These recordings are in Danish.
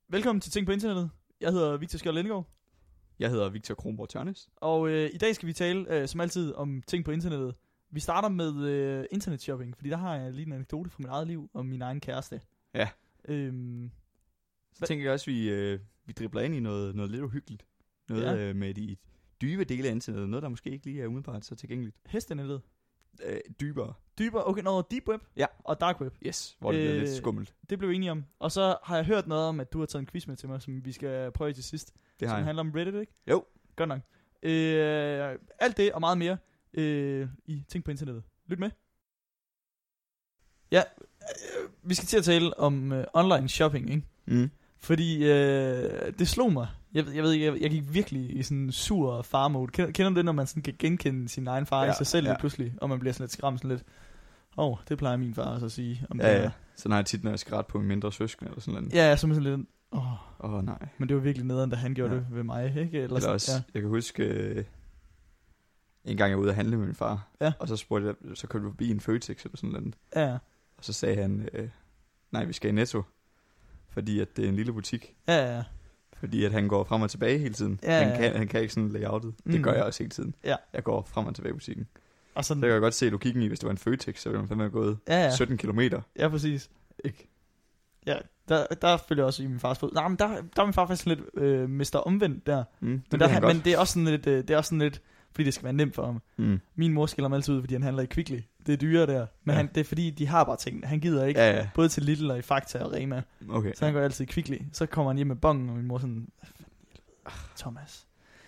Velkommen til Ting på Internettet. Jeg hedder Victor Skjold Lindegaard. Jeg hedder Victor Kronborg Tørnes. Og i dag skal vi tale, som altid, om ting på internettet. Vi starter med internetshopping, fordi der har jeg lige en anekdote fra mit eget liv om min egen kæreste. Ja. Så tænker jeg også, vi dribler ind i noget lidt uhyggeligt. Noget med de dybe dele af internettet. Noget, der måske ikke lige er umiddelbart så tilgængeligt. Hestenettet? Dybere. Dybere? Okay, deep web? Ja. Og dark web? Yes, hvor det bliver lidt skummelt. Det blev vi enige om. Og så har jeg hørt noget om, at du har taget en quiz med til mig, som vi skal prøve til sidst. Det har som jeg. handler om Reddit, ikke? Jo. Godt nok. Alt det og meget mere i Ting på Internettet. Lyt med. Ja, vi skal til at tale om online shopping, ikke? Mm. Fordi det slog mig. Jeg ved ikke, jeg gik virkelig i sådan en sur far-mode. Kender du det, når man sådan kan genkende sin egen far i sig selv lige pludselig, og man bliver sådan lidt skræmt sådan lidt? Det plejer min far også at sige. Om det Ja. Sådan har jeg tit, når jeg skal rette på en mindre søskende eller sådan noget. Ja, som sådan lidt. Nej. Men det var virkelig nederen, da han gjorde det ved mig, ikke? Eller sådan, også, jeg kan huske, en gang jeg var ude at handle med min far, og så spurgte jeg, så kørte vi forbi en Føtex eller sådan noget. Ja. Og så sagde han, nej, vi skal i Netto, fordi at det er en lille butik. Ja. Fordi at han går frem og tilbage hele tiden. Han kan ikke sådan layoutet. Det gør jeg også hele tiden. Ja. Jeg går frem og tilbage i butikken. Og sådan, så kan jeg godt se logikken i, hvis det var en Føtex, så ville man fandme have gået 17 kilometer. Ja, præcis. Ikke? Ja, der følger jeg også i min fars fod. Nej, men der er min far faktisk lidt mister omvendt der. Men det er også sådan lidt, fordi det skal være nemt for ham. Min mor skiller ham altid ud, fordi han handler i Kvickly. Det er dyre der. Men det er fordi, de har bare tingene. Han gider ikke, både til Lidl og i Fakta og Rema. Okay. Så han går altid i Kvickly. Så kommer han hjem med bongen, og min mor sådan, Thomas.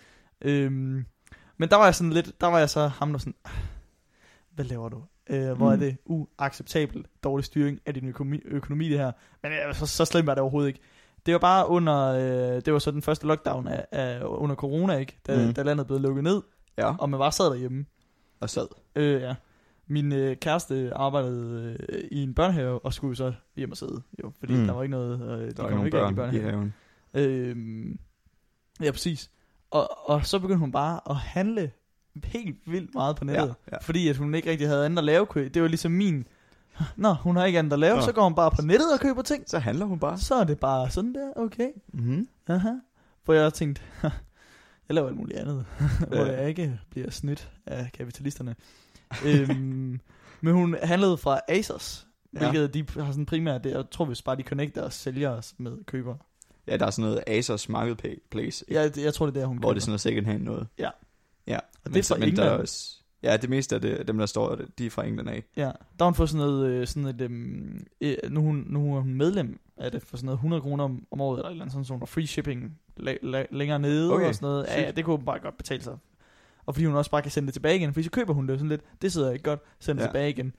Men der var jeg så ham, der sådan, hvad laver du? Hvor er det uacceptabelt dårlig styring af din økonomi det her. Men så slemt var det overhovedet ikke. Det var bare under, det var så den første lockdown under corona, ikke? Da landet blev lukket ned, og man bare sad derhjemme. Og sad? Ja. Min kæreste arbejdede i en børnehave, og skulle så hjem og sidde. Jo, fordi der var ikke noget, der var ikke nogen børn i haven. Ja, præcis. Og så begyndte hun bare at handle helt vildt meget på nettet, fordi at hun ikke rigtig havde andet at lave. Det var ligesom min, hun har ikke andet at lave, så går hun bare på nettet og køber ting. Så handler hun bare. Så er det bare sådan der, okay. Aha. For jeg tænkte, jeg laver alt muligt andet, hvor jeg ikke bliver snydt af kapitalisterne. Men hun handlede fra Asos, hvilket de har sådan primært, jeg tror hvis bare de connecter og sælger os med køber. Ja, der er sådan noget Asos Marketplace. Ja, jeg tror det er der hun hvor det er sådan noget second hand noget. Ja. Og det er fra England. Også, det meste af dem der står, de er fra England af. Ja, der har hun fået sådan noget, nu er hun medlem af det for sådan noget 100 kroner om året, eller sådan noget, free shipping længere nede og sådan noget. Ja, det kunne hun bare godt betale sig. Og fordi hun også bare kan sende det tilbage igen, fordi så køber hun det sådan lidt, det sidder ikke godt, sender det tilbage igen.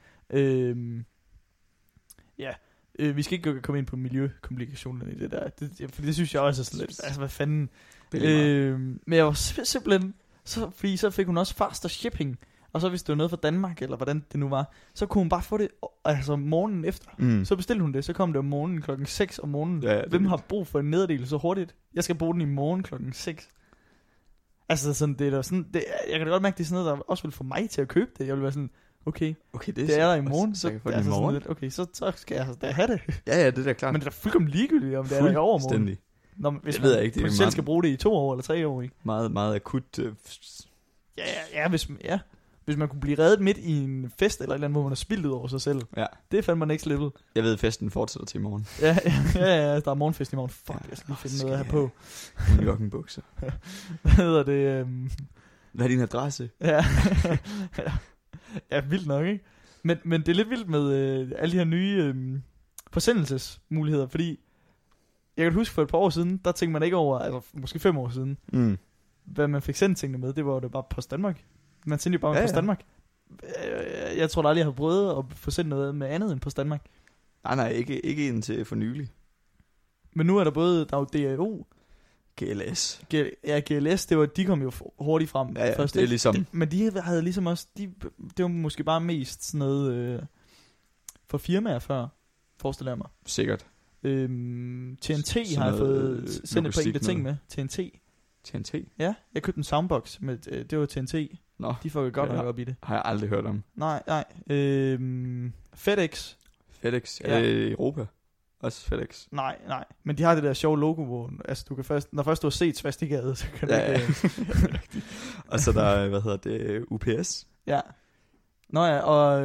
Vi skal ikke komme ind på miljøkomplikationerne i det der, fordi det synes jeg også er sådan lidt, altså hvad fanden. Men jeg var simpelthen, fordi så fik hun også faster shipping, og så hvis det var noget fra Danmark, eller hvordan det nu var, så kunne hun bare få det morgenen efter. Så bestilte hun det, så kom det om morgenen klokken 6 om morgenen. Hvem har brug for en nederdel så hurtigt? Jeg skal bruge den i morgen klokken 6. Altså sådan, det er der sådan, jeg kan da godt mærke, det er sådan noget, der også vil få mig til at købe det. Jeg vil være sådan, okay det er der i morgen, så det er morgen. Lidt, okay, så skal jeg da have det. Ja, det er da klart. Men det er da fuldkommen ligegyldigt, om det er der i overmorgen. Hvis man ikke, det selv skal bruge det i 2 år eller 3 år, ikke? Meget, meget akut. Hvis man kunne blive reddet midt i en fest eller et eller andet, hvor man har spildt ud over sig selv. Ja. Det er fandme next level. Jeg ved, festen fortsætter til i morgen. Ja, der er morgenfest i morgen. Fuck, jeg skal lige finde noget at have på. Joggingbukser. Hvad hedder det? Hvad er din adresse? Ja, vildt nok, ikke? Men det er lidt vildt med alle de her nye forsendelsesmuligheder, fordi jeg kan huske for et par år siden, der tænkte man ikke over, altså måske 5 år siden, hvad man fik sendt tingene med, det var jo bare Post Danmark. Man sendte jo bare med Post Danmark. Jeg tror da aldrig, jeg har prøvet at få sendt noget med andet end Post Danmark. Nej, ikke indtil for nylig. Men nu er der er jo DAO, GLS. GLS, de kom jo hurtigt frem først. Det er ligesom. Men de havde ligesom også, det var måske bare mest sådan noget for firmaer før, forestiller jeg mig. Sikkert. TNT har jeg fået sendt et par enkelte ting med. TNT? Ja, jeg købte en soundbox med, det var TNT. Nå. De får jo godt nok op i det. Har jeg aldrig hørt om. Nej. FedEx. Er det i Europa? Også FedEx. Nej. Men de har det der sjove logo, hvor altså, du kan først, når først du har set svastikade, så kan du ikke... Og så der, UPS. Ja. Nå ja, og...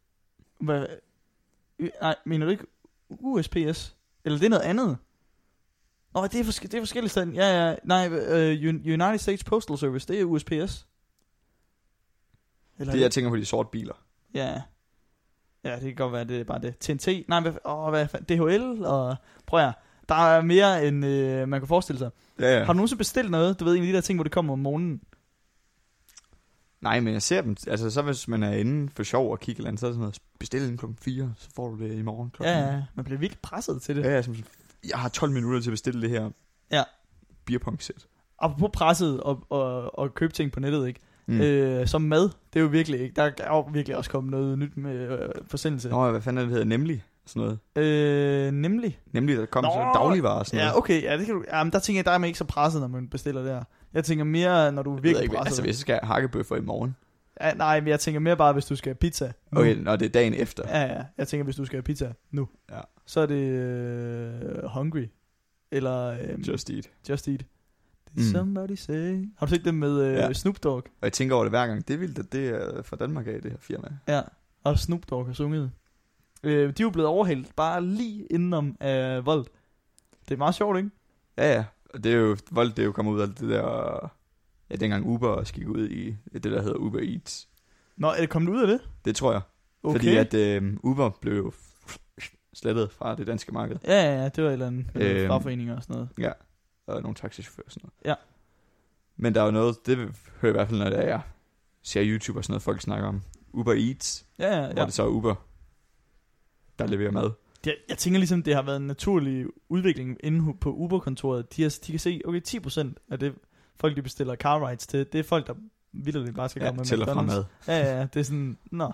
nej, mener du ikke USPS? Eller det er noget andet? Nå, det er forskellige steder. Ja. Nej, United States Postal Service, det er USPS. Eller det, jeg tænker på de sorte biler. Ja. Ja, det kan godt være, det er bare det. TNT, nej, hvad fanden? DHL, og prøv at der er mere, end man kan forestille sig. Ja. Har du nogensinde bestilt noget? Du ved, en af de der ting, hvor det kommer om morgenen. Nej, men jeg ser dem, altså så hvis man er inde for sjov og kigger eller så er det sådan noget, bestil den klokken 4, så får du det i morgen klokken. Ja, man bliver virkelig presset til det. Ja, jeg har 12 minutter til at bestille det her beerpong-sæt. Apropos presset og købe ting på nettet, ikke? Som mad, det er jo virkelig ikke. Der er jo virkelig også kommet noget nyt med forsendelse. Nå, hvad fanden er det hedder? Nemlig? Sådan noget. Nemlig, der kommer sådan dagligvarer og sådan noget. Ja, okay, ja, det kan du. Jamen, der tænker jeg, der er man ikke så presset, når man bestiller der. Jeg tænker mere, når du er virkelig presset. Altså, hvis jeg skal have hakkebøffer i morgen. Ja, nej, men jeg tænker mere bare, hvis du skal have pizza nu. Okay, når det er dagen efter. Ja, jeg tænker, hvis du skal have pizza nu. Ja. Så er det Hungry. Eller Just Eat. Somebody say. Har du set det med Snoop Dogg? Og jeg tænker over det hver gang. Det er vildt, at det er fra Danmark af, det her firma. Ja, og Snoop Dogg har sunget. De er jo blevet overhældt bare lige indenom af Volt. Det er meget sjovt, ikke? Ja. Og det er jo, Volt, det er jo kommet ud af det der... Ja, dengang Uber også gik ud i det, der hedder Uber Eats. Nå, er det kommet ud af det? Det tror jeg. Okay. Fordi at Uber blev jo slettet fra det danske marked. Ja, det var et eller andet fagforeninger og sådan noget. Ja, og nogle taxichauffører og sådan noget. Ja. Men der er jo noget, det hører jeg i hvert fald, når jeg ser YouTube og sådan noget, folk snakker om. Uber Eats, ja. hvor det så er Uber, der leverer mad. Jeg tænker ligesom, det har været en naturlig udvikling inde på Uber-kontoret. De kan se, okay, 10% af det, folk de bestiller car rides til, det er folk, der vitterligt bare skal komme med til og fra mad. Ja, det er sådan, nå.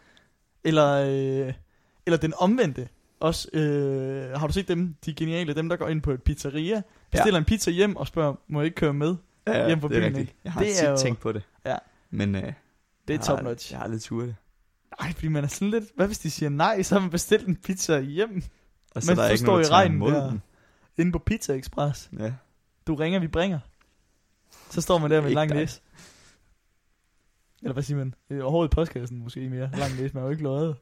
Eller den omvendte. Også, har du set dem, de geniale, dem der går ind på et pizzeria, bestiller en pizza hjem og spørger, må jeg ikke køre med hjem på byen? Ikke? Jeg har tit tænkt på det. Ja. Men det er top notch. Jeg har lidt tur det. Nej, fordi man er sådan lidt, hvad hvis de siger nej, så har man bestilt en pizza hjem. Og så der er ikke noget, der tager imod den. Inde på Pizza Express. Ja. Du ringer, vi bringer. Så står man der med en lang næse. Eller hvad siger man? Overhovedet i postkassen måske mere. Lang næse, man er jo ikke løjet.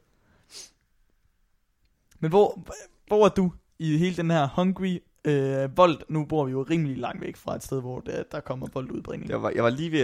Men hvor er du i hele den her Hungry Volt? Nu bor vi jo rimelig langt væk fra et sted, hvor der kommer Volt-udbringning. Jeg var lige ved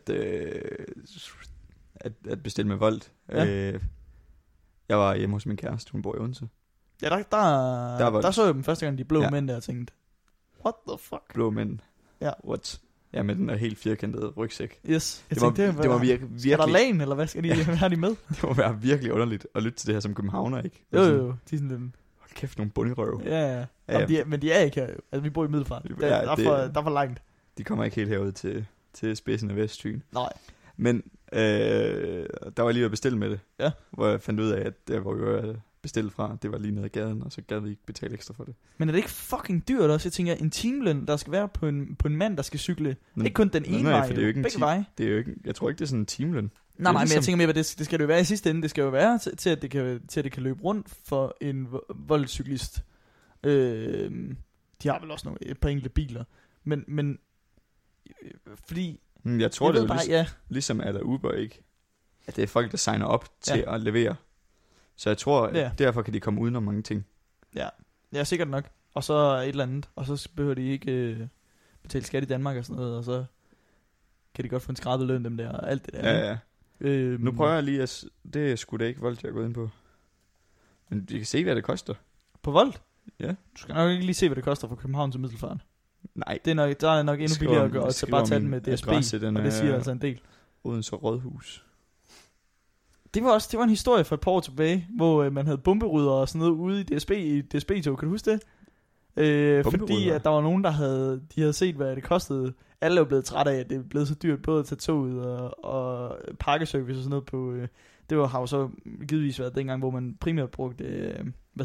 at bestille med Volt. Ja. Jeg var hjemme hos min kæreste, hun bor i Odense. Ja, der så jeg dem første gang, de blå mænd der, og tænkte, what the fuck? Blå mænd? Ja. What? Ja, med den der helt firkantede rygsæk. Yes. Det var virkelig... Skal der lagen, eller hvad skal de have de med? Det må være virkelig underligt at lytte til det her som københavner, ikke? Jo. De er sådan lidt... Hold kæft, nogle bunderøv. Ja. Men de er ikke her. Altså, vi bor i Middelfart. Der er for langt. De kommer ikke helt herud til spidsen af Vestfyn. Nej. Men der var lige ved at bestille med det. Ja. Hvor jeg fandt ud af, at der hvor jeg bestilte fra, det var lige nede i gaden, og så gad vi ikke betale ekstra for det. Men er det ikke fucking dyrt også? Jeg tænker, en timeløn, der skal være på en mand, der skal cykle. Ikke kun den ene vej, for det er jo ikke begge veje. Det er jo ikke, jeg tror ikke, det er sådan en timeløn. Nej, men jeg tænker mere, det skal det jo være i sidste ende. Det skal jo være til at det kan løbe rundt for en voldcyklist. De har vel også et par enkelte biler. Men fordi... Jeg tror, det er jo ligesom er der Uber, ikke? At det er folk, der signer op til at levere. Så jeg tror, derfor kan de komme udenom mange ting. Ja, sikkert nok. Og så et eller andet. Og så behøver de ikke betale skat i Danmark og sådan noget. Og så kan de godt få en skrabet løn, dem der og alt det der. Ja. Nu prøver jeg lige at... Det er sgu da ikke Volt, jeg er gået ind på. Men vi kan se, hvad det koster. På Volt? Ja. Du skal nok ikke lige se, hvad det koster fra København til Middelfart. Nej. Der er nok endnu billigere at gøre, og så bare tage den med DSB. Og det siger altså en del. Odense Rådhus. Det var en historie for et par år tilbage, hvor man havde bomberydder og sådan noget ude i DSB-tog. Kan du huske det? Fordi at der var nogen, de havde set, hvad det kostede. Alle er jo blevet trætte af, at det blev så dyrt både at tage toget og pakkeservice og sådan noget på... Det har jo så givetvis været dengang, hvor man primært brugte...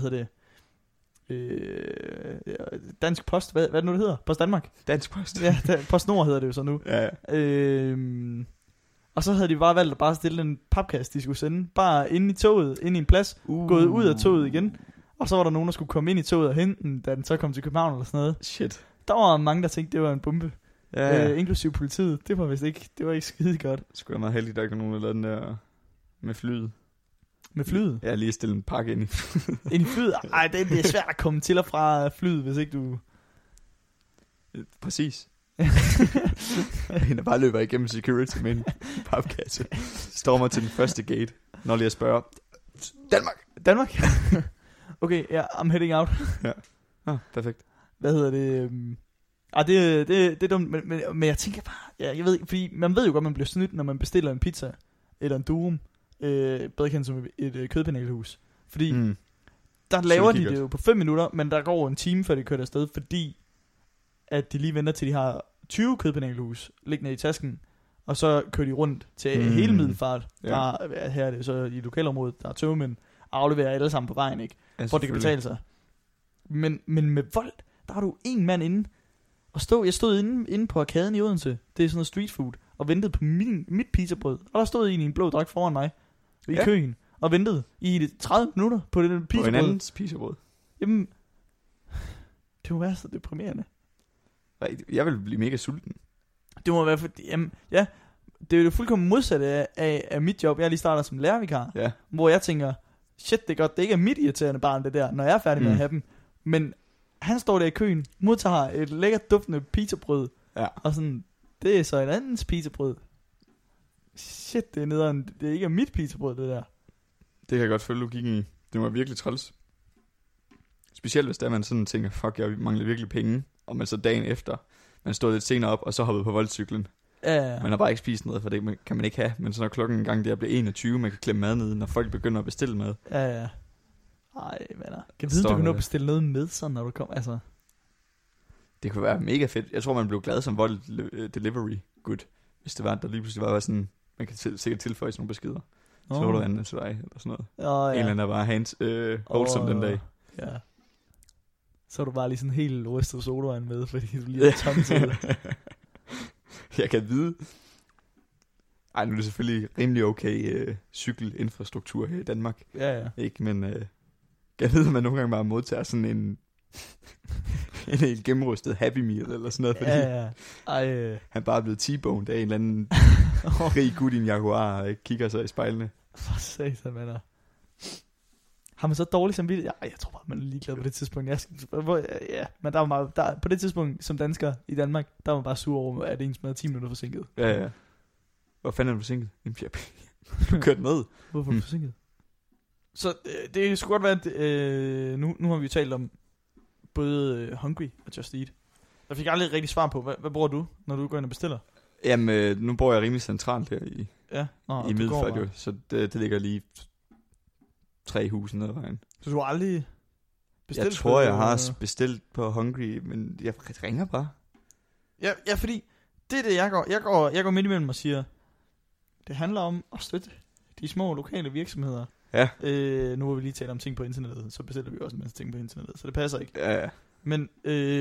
Dansk Post. Hvad er det nu, det hedder? Post Danmark? Dansk Post. Ja, PostNord hedder det jo så nu. Ja. Og så havde de bare valgt at bare stille en papkasse, de skulle sende. Bare inde i toget, inde i en plads, gået ud af toget igen. Og så var der nogen, der skulle komme ind i toget og hente den, da den så kom til København eller sådan noget. Shit. Der var mange, der tænkte, det var en bombe. Ja. Inklusive politiet. Det var ikke skide godt. Skulle jeg meget heldig, der ikke var nogen, der lavede den der med flyet. Med flyet? Ja, lige stille en pakke ind i flyet. Ind i flyet? Ej, det er svært at komme til og fra flyet, hvis ikke du... Præcis. En, der bare løber igennem security med en papkasse. Stormer til den første gate. Når lige jeg spørger. Danmark? Okay, ja, I'm heading out. Ja, perfekt. Hvad hedder det? Det er dumt, men jeg tænker bare... Ja, jeg ved ikke, fordi man ved jo godt, man bliver snydt, når man bestiller en pizza eller en durum. Bedre kendt som et kødpanelhus. Fordi der laver de det jo på 5 minutter, men der går en time, før de kører afsted, fordi at de lige venter til de har 20 kødpanelhus liggende i tasken, og så kører de rundt til hele Middelfart. Ja. Her er det så i lokalområdet, der er tøvmænd, afleverer alle sammen på vejen, ikke? Ja, for det kan betale sig. Men med Volt, der har du en mand inde, og jeg stod inde på arkaden i Odense, det er sådan noget street food, og ventede på mit pizzabrød, og der stod en i en blå dragt foran mig, i køen, og ventede i 30 minutter på det pizzabrød. På en andens pizzabrød? Jamen, det må være så deprimerende. Jeg vil blive mega sulten. Det må være fordi, jamen, ja, det er jo fuldkommen modsatte af mit job. Jeg lige starter som lærervikar, hvor jeg tænker, shit, det er godt, det ikke er mit irriterende barn det der, når jeg er færdig med at have dem. Men han står der i køen, modtager et lækkert duftende pizzabrød, og sådan, det er så en andens pizzabrød. Shit, det er nederen, det ikke er mit pizzabrød, det der. Det kan jeg godt følge logikken i. Det var virkelig træls. Specielt hvis der man sådan tænker, fuck, jeg mangler virkelig penge, og man så dagen efter, man stod lidt senere op, og så hoppede på Voltcyklen. Ja. Man har bare ikke spist noget, for det kan man ikke have. Men så når klokken engang der bliver 21, man kan klemme mad ned, når folk begynder at bestille mad. Ja. Ej, venner. Kan vide, du kan nå bestille noget med, sådan når du kommer, altså. Det kunne være mega fedt. Jeg tror, man blev glad som Volt delivery good, hvis det var, der lige pludselig var sådan, man kan sikkert tilføje sådan nogle beskeder. Så var du anden til dig, eller sådan noget. En eller anden, der var wholesome den dag. Ja. Så er du bare lige sådan helt rystet sodavejen med, fordi du lige er tom til det. Jeg kan vide. Ej, nu er det selvfølgelig rimelig okay cykelinfrastruktur her i Danmark. Ja. Ikke, men jeg ved, at man nogle gange bare modtager sådan en helt gennemrystet Happy Meal eller sådan noget, fordi han bare er blevet T-boned af en eller anden rig gut i en Jaguar og ikke kigger sig i spejlene. For satan, mander. Har man så dårligt samvittighed? Ja, jeg tror bare, man er ligeglad på det tidspunkt. Men der var meget, på det tidspunkt, som dansker i Danmark, der var man bare sur over, at ens mad er 10 minutter forsinket. Ja. Hvor fanden er du forsinket? Du kørt med. Hvorfor er du forsinket? Så det skulle godt være, at nu har vi jo talt om både Hungry og Just Eat. Jeg fik aldrig rigtig svar på, hvad bruger du, når du går ind og bestiller? Jamen, nu bor jeg rimelig centralt her i Middelfart, jo, så det ligger lige 3 huse ned ad vejen. Så du har aldrig bestilt? Jeg tror, jeg har bestilt på Hungry, men jeg ringer bare. Ja, fordi det er det, jeg går midt imellem og siger, det handler om at støtte de små lokale virksomheder. Ja. Nu har vi lige talt om ting på internettet, så bestiller vi også en masse ting på internettet, så det passer ikke. Ja. Men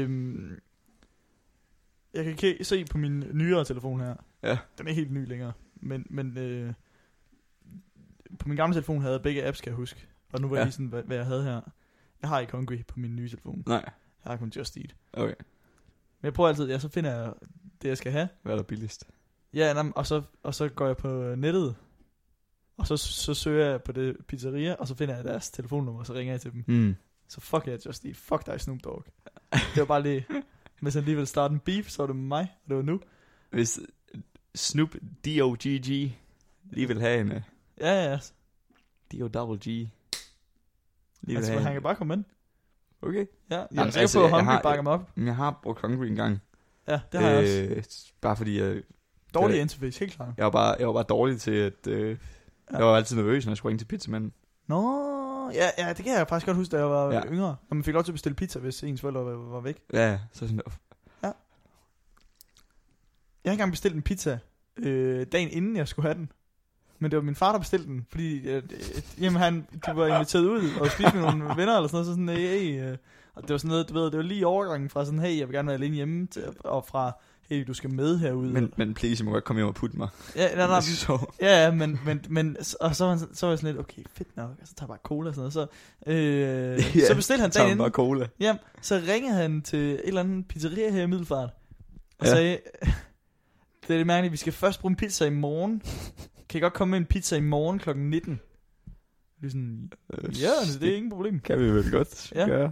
jeg kan se på min nyere telefon her. Ja. Den er ikke helt ny længere, men på min gamle telefon havde jeg begge apps, kan jeg huske. Og nu var lige sådan, hvad jeg havde her. Jeg har ikke Hungry på min nye telefon. Nej. Jeg har kun Just Eat. Okay. Men jeg prøver altid, så finder jeg det, jeg skal have. Hvad er der billigst? Ja, og så går jeg på nettet, og så søger jeg på det pizzeria, og så finder jeg deres telefonnummer, og så ringer jeg til dem. Så fuck jeg Just Eat. Fuck dig, Snoop Dogg. Det var bare lige, hvis han lige ville starte en beef, så var det med mig, og det var nu. Hvis Snoop D-O-G-G lige vil have en... Ja. D-O-G-G. Altså, han kan bare komme ind. Okay. Ja, jeg skal på Hungry bakke mig op. Jeg har brugt Hungry en gang. Ja, det har jeg også. Bare fordi jeg... Dårlig interface, helt klart. Jeg var bare dårlig til at... Jeg var altid nervøs, når jeg skulle ringe til pizzamanden. Nå, ja, det kan jeg faktisk godt huske, da jeg var yngre. Når man fik lov til at bestille pizza, hvis ens forældre var væk. Ja, så sådan... Ja. Jeg har engang bestilt en pizza dagen inden jeg skulle have den. Men det var min far, der bestilte den, fordi de var inviteret ud og spiste med nogle venner eller sådan noget, så sådan, hey, og det var sådan noget, du ved, det var lige overgangen fra sådan, hey, jeg vil gerne være alene hjemme, og fra, hey, du skal med herude. Men please, jeg må godt komme hjem og putte mig. Ja, men og så var jeg sådan lidt, okay, fedt nok, og så tager jeg bare cola og sådan noget, så bestilte han dagen inden. Bare cola. Ja, så ringede han til et eller andet pizzeria her i Middelfart, og sagde, det er det mærkeligt, vi skal først bruge en pizza i morgen. Kan I godt komme med en pizza i morgen kl. 19? Det er sådan, det er ingen problem. Kan vi vel godt gøre.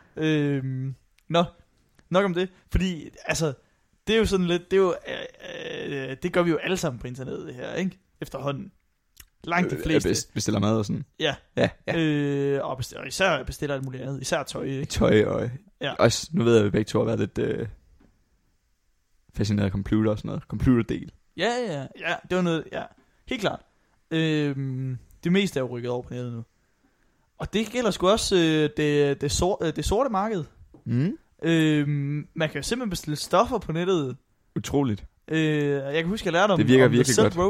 Nok om det. Fordi, altså, det er jo sådan lidt, det er jo, det gør vi jo alle sammen på internettet her, ikke? Efterhånden. Langt de fleste. Bestiller mad og sådan. Ja. Og især bestiller alt muligt andet. Især tøj, ikke? Tøj og også, nu ved jeg, at vi begge to har været lidt fascineret af computer og sådan noget. Computerdel. Ja, det var noget, helt klart. Det meste er jo rykket over på nettet nu. Og det gælder sgu også det sorte marked. Man kan jo simpelthen bestille stoffer på nettet. Utroligt. Jeg kan huske, jeg lærte om, det virker om virkelig The Silk godt. Road.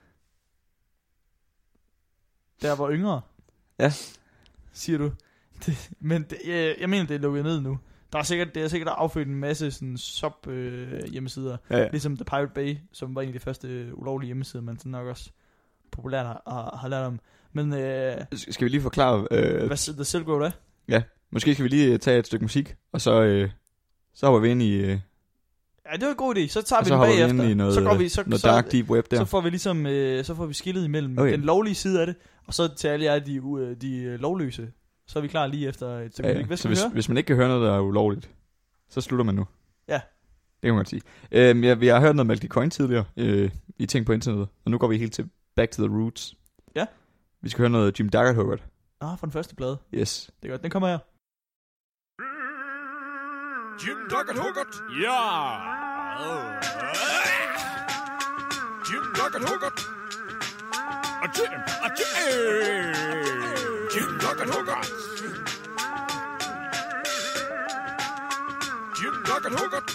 Der var yngre. Ja. Siger du. Men jeg mener, det er lukket ned nu. Det er sikkert affødt en masse sådan sub hjemmesider. Ja. Ligesom The Pirate Bay, som var en af de første ulovlige hjemmesider, man så nok også populært har lært om. Men skal vi lige forklare hvad The Silk Road er? Ja, måske skal vi lige tage et stykke musik, og så hopper vi ind i ja, det var en god idé. Så tager vi den bagefter. Noget, så går vi noget dark deep web der. Så får vi ligesom så får vi skillet imellem den lovlige side af det, og så til alle jer de lovløse. Så er vi klar lige efter et stykke musik. Hvis man ikke kan høre noget, der er ulovligt, så slutter man nu. Ja. Det kan man godt sige. Vi har hørt noget Malky Coin tidligere i ting på internettet, og nu går vi helt til Back to the Roots. Ja. Vi skal høre noget Jim Duggar-Hoggart. Fra den første plade. Yes. Det er godt. Den kommer her. Jim Duggar-Hoggart. Ja. Jim Duggar-Hoggart. Jim Duggar-Hoggart. Jim Duggar-Hoggart.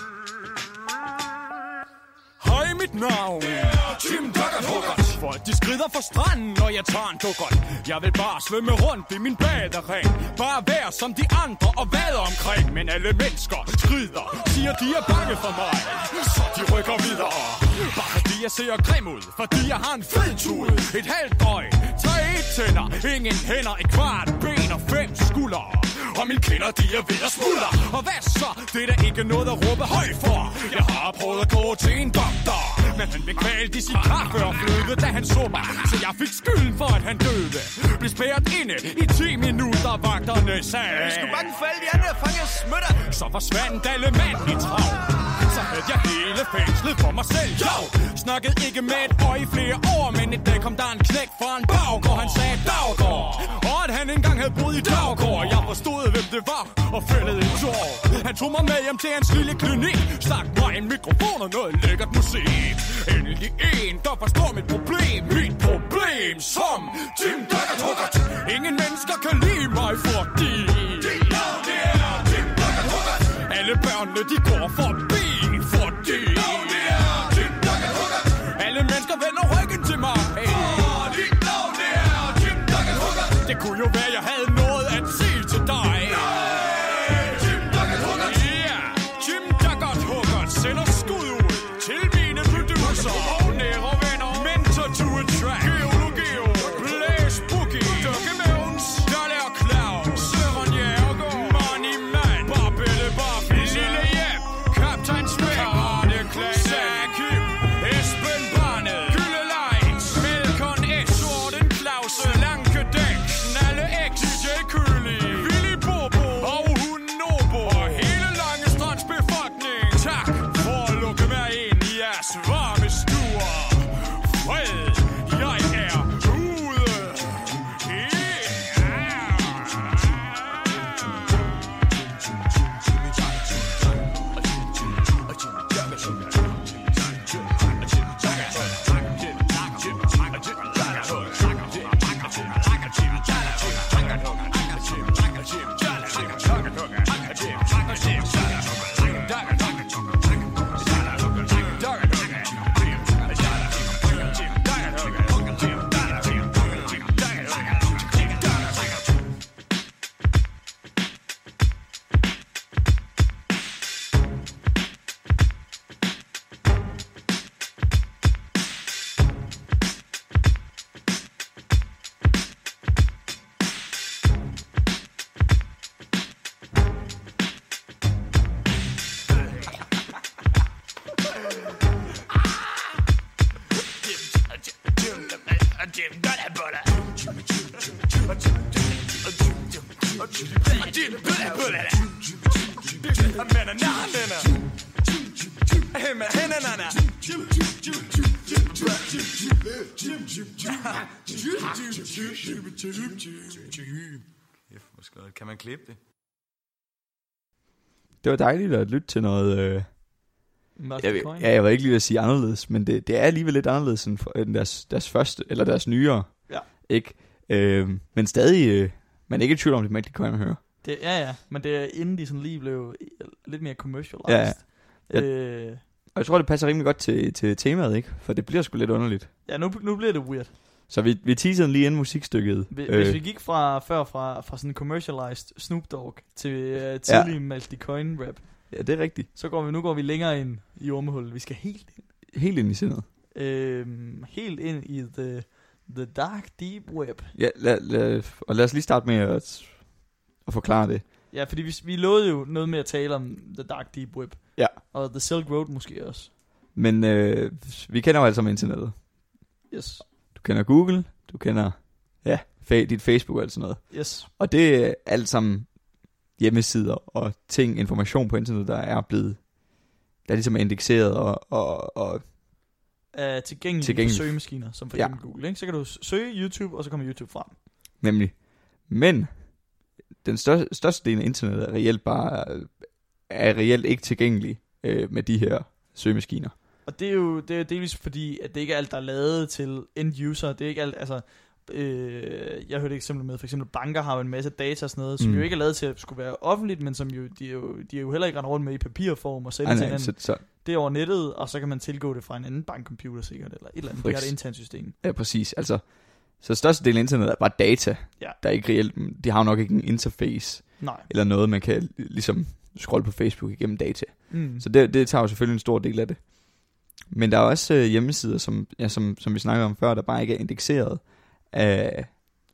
Hej, mit navn Jim Duggar-Hoggart. Folk de skrider fra stranden, når jeg tager en dukkert. Jeg vil bare svømme rundt i min badering. Bare være som de andre og vade omkring. Men alle mennesker skrider, siger de er bange for mig. Så de rykker videre. Bare fordi jeg ser grim ud, fordi jeg har en fed tud. Et halvt øje, 3 tænder, ingen hænder, et kvart ben og 5 skuldre. Og mine kinder, de er ved at smuldre. Og hvad så? Det er da ikke noget at råbe høj for. Jeg har prøvet at gå til en doktor, men han blev kvalt i sit kaffe og fløde, da han så mig. Så jeg fik skylden for, at han døde. Blev spærret inde i 10 minutter, vagterne sagde. Jeg skulle bange for alle de andre, fange smøtter. Så forsvandt alle mand i trav. Så havde jeg hele fængslet for mig selv. Jo, snakkede ikke med et øje i flere år, men en dag kom der en knæk fra en baggård. Han sagde Daggård, og at han engang havde boet i Daggård. Jeg forstod, hvem det var, og fældede en tår. Han tog mig med hjem til hans lille klinik, stak mig en mikrofon og noget lækkert musik. Endelig en, der forstår mit problem. Mit problem som Jim Duggar-Hoggart. Ingen mennesker kan lide mig, fordi det er Jim Duggar-Hoggart. Alle børnene, de går forbi, fordi det er Jim Duggar-Hoggart. Alle mennesker vender ryggen til mig, fordi det er Jim Duggar-Hoggart. Det kunne jo være, jeg havde noget at sige til dig. Jim Duggar-Hoggart. Ja, Jim Duggar-Hoggart sender skud ud til mine producer og nære venner. Mentor to a track. Geologio, Blaze Boogie, Dukke Møvns, Dalle og Claus, Søren Jærgaard, Money Man, Barbelle Barfis, Lille Jep, Kaptajn Smæk, Karate Klan, Sakim, Esben Barnet, Gyllelejt, Melkon S, Sorten Claus, Lankedæk, Nalle X, DJ Kan man klippe det? Det var dejligt at lytte til noget... jeg var ikke lige ved at sige anderledes, men det er alligevel lidt anderledes end deres første, eller deres nyere. Ja. Ikke? Men stadig, man er ikke i tvivl om, det Magic Coin at høre. Ja, men det er inden de sådan lige blev lidt mere commercialized. Ja. Og jeg tror, det passer rimelig godt til temaet, ikke? For det bliver sgu lidt underligt. Ja, nu bliver det weird. Så vi teasede lige inden musikstykket. Hvis vi gik fra sådan en commercialized Snoop Dogg til tidlig Magic Coin rap. Ja, det er rigtigt. Så går vi længere ind i ormehullet. Vi skal helt ind. Helt ind i sindet. Helt ind i the dark deep web. Ja, og lad os lige starte med at forklare det. Ja, fordi vi lovede jo noget med at tale om the dark deep web. Ja. Og the Silk Road måske også. Men vi kender jo alle sammen internettet. Yes. Du kender Google, du kender dit Facebook og alt sådan noget. Yes. Og det er alt sammen hjemmesider og ting, information på internettet, der er ligesom indekseret og tilgængelige for søgemaskiner, som for eksempel Google. Ikke? Så kan du søge YouTube, og så kommer YouTube frem. Nemlig. Men den største del af internettet er reelt ikke tilgængelig med de her søgemaskiner. Og det er delvis fordi, at det ikke er alt, der er lavet til end user. Det er ikke alt, altså... jeg hørte et eksempel med, for eksempel banker har jo en masse data og sådan noget, som jo ikke er lavet til at skulle være offentligt, men som jo, de er jo heller ikke rendt rundt med i papirform og sende til hinanden. Det er over nettet, og så kan man tilgå det fra en anden bankcomputer sikkert, eller et eller andet. Det er et internt system. Ja, præcis. Altså, så største del af internettet er bare data. Ja. Der er ikke reelt, de har jo nok ikke en interface. Nej. Eller noget, man kan ligesom scrolle på Facebook igennem data. Så det tager jo selvfølgelig en stor del af det. Men der er også hjemmesider, som vi snakkede om før, der bare ikke er indekseret af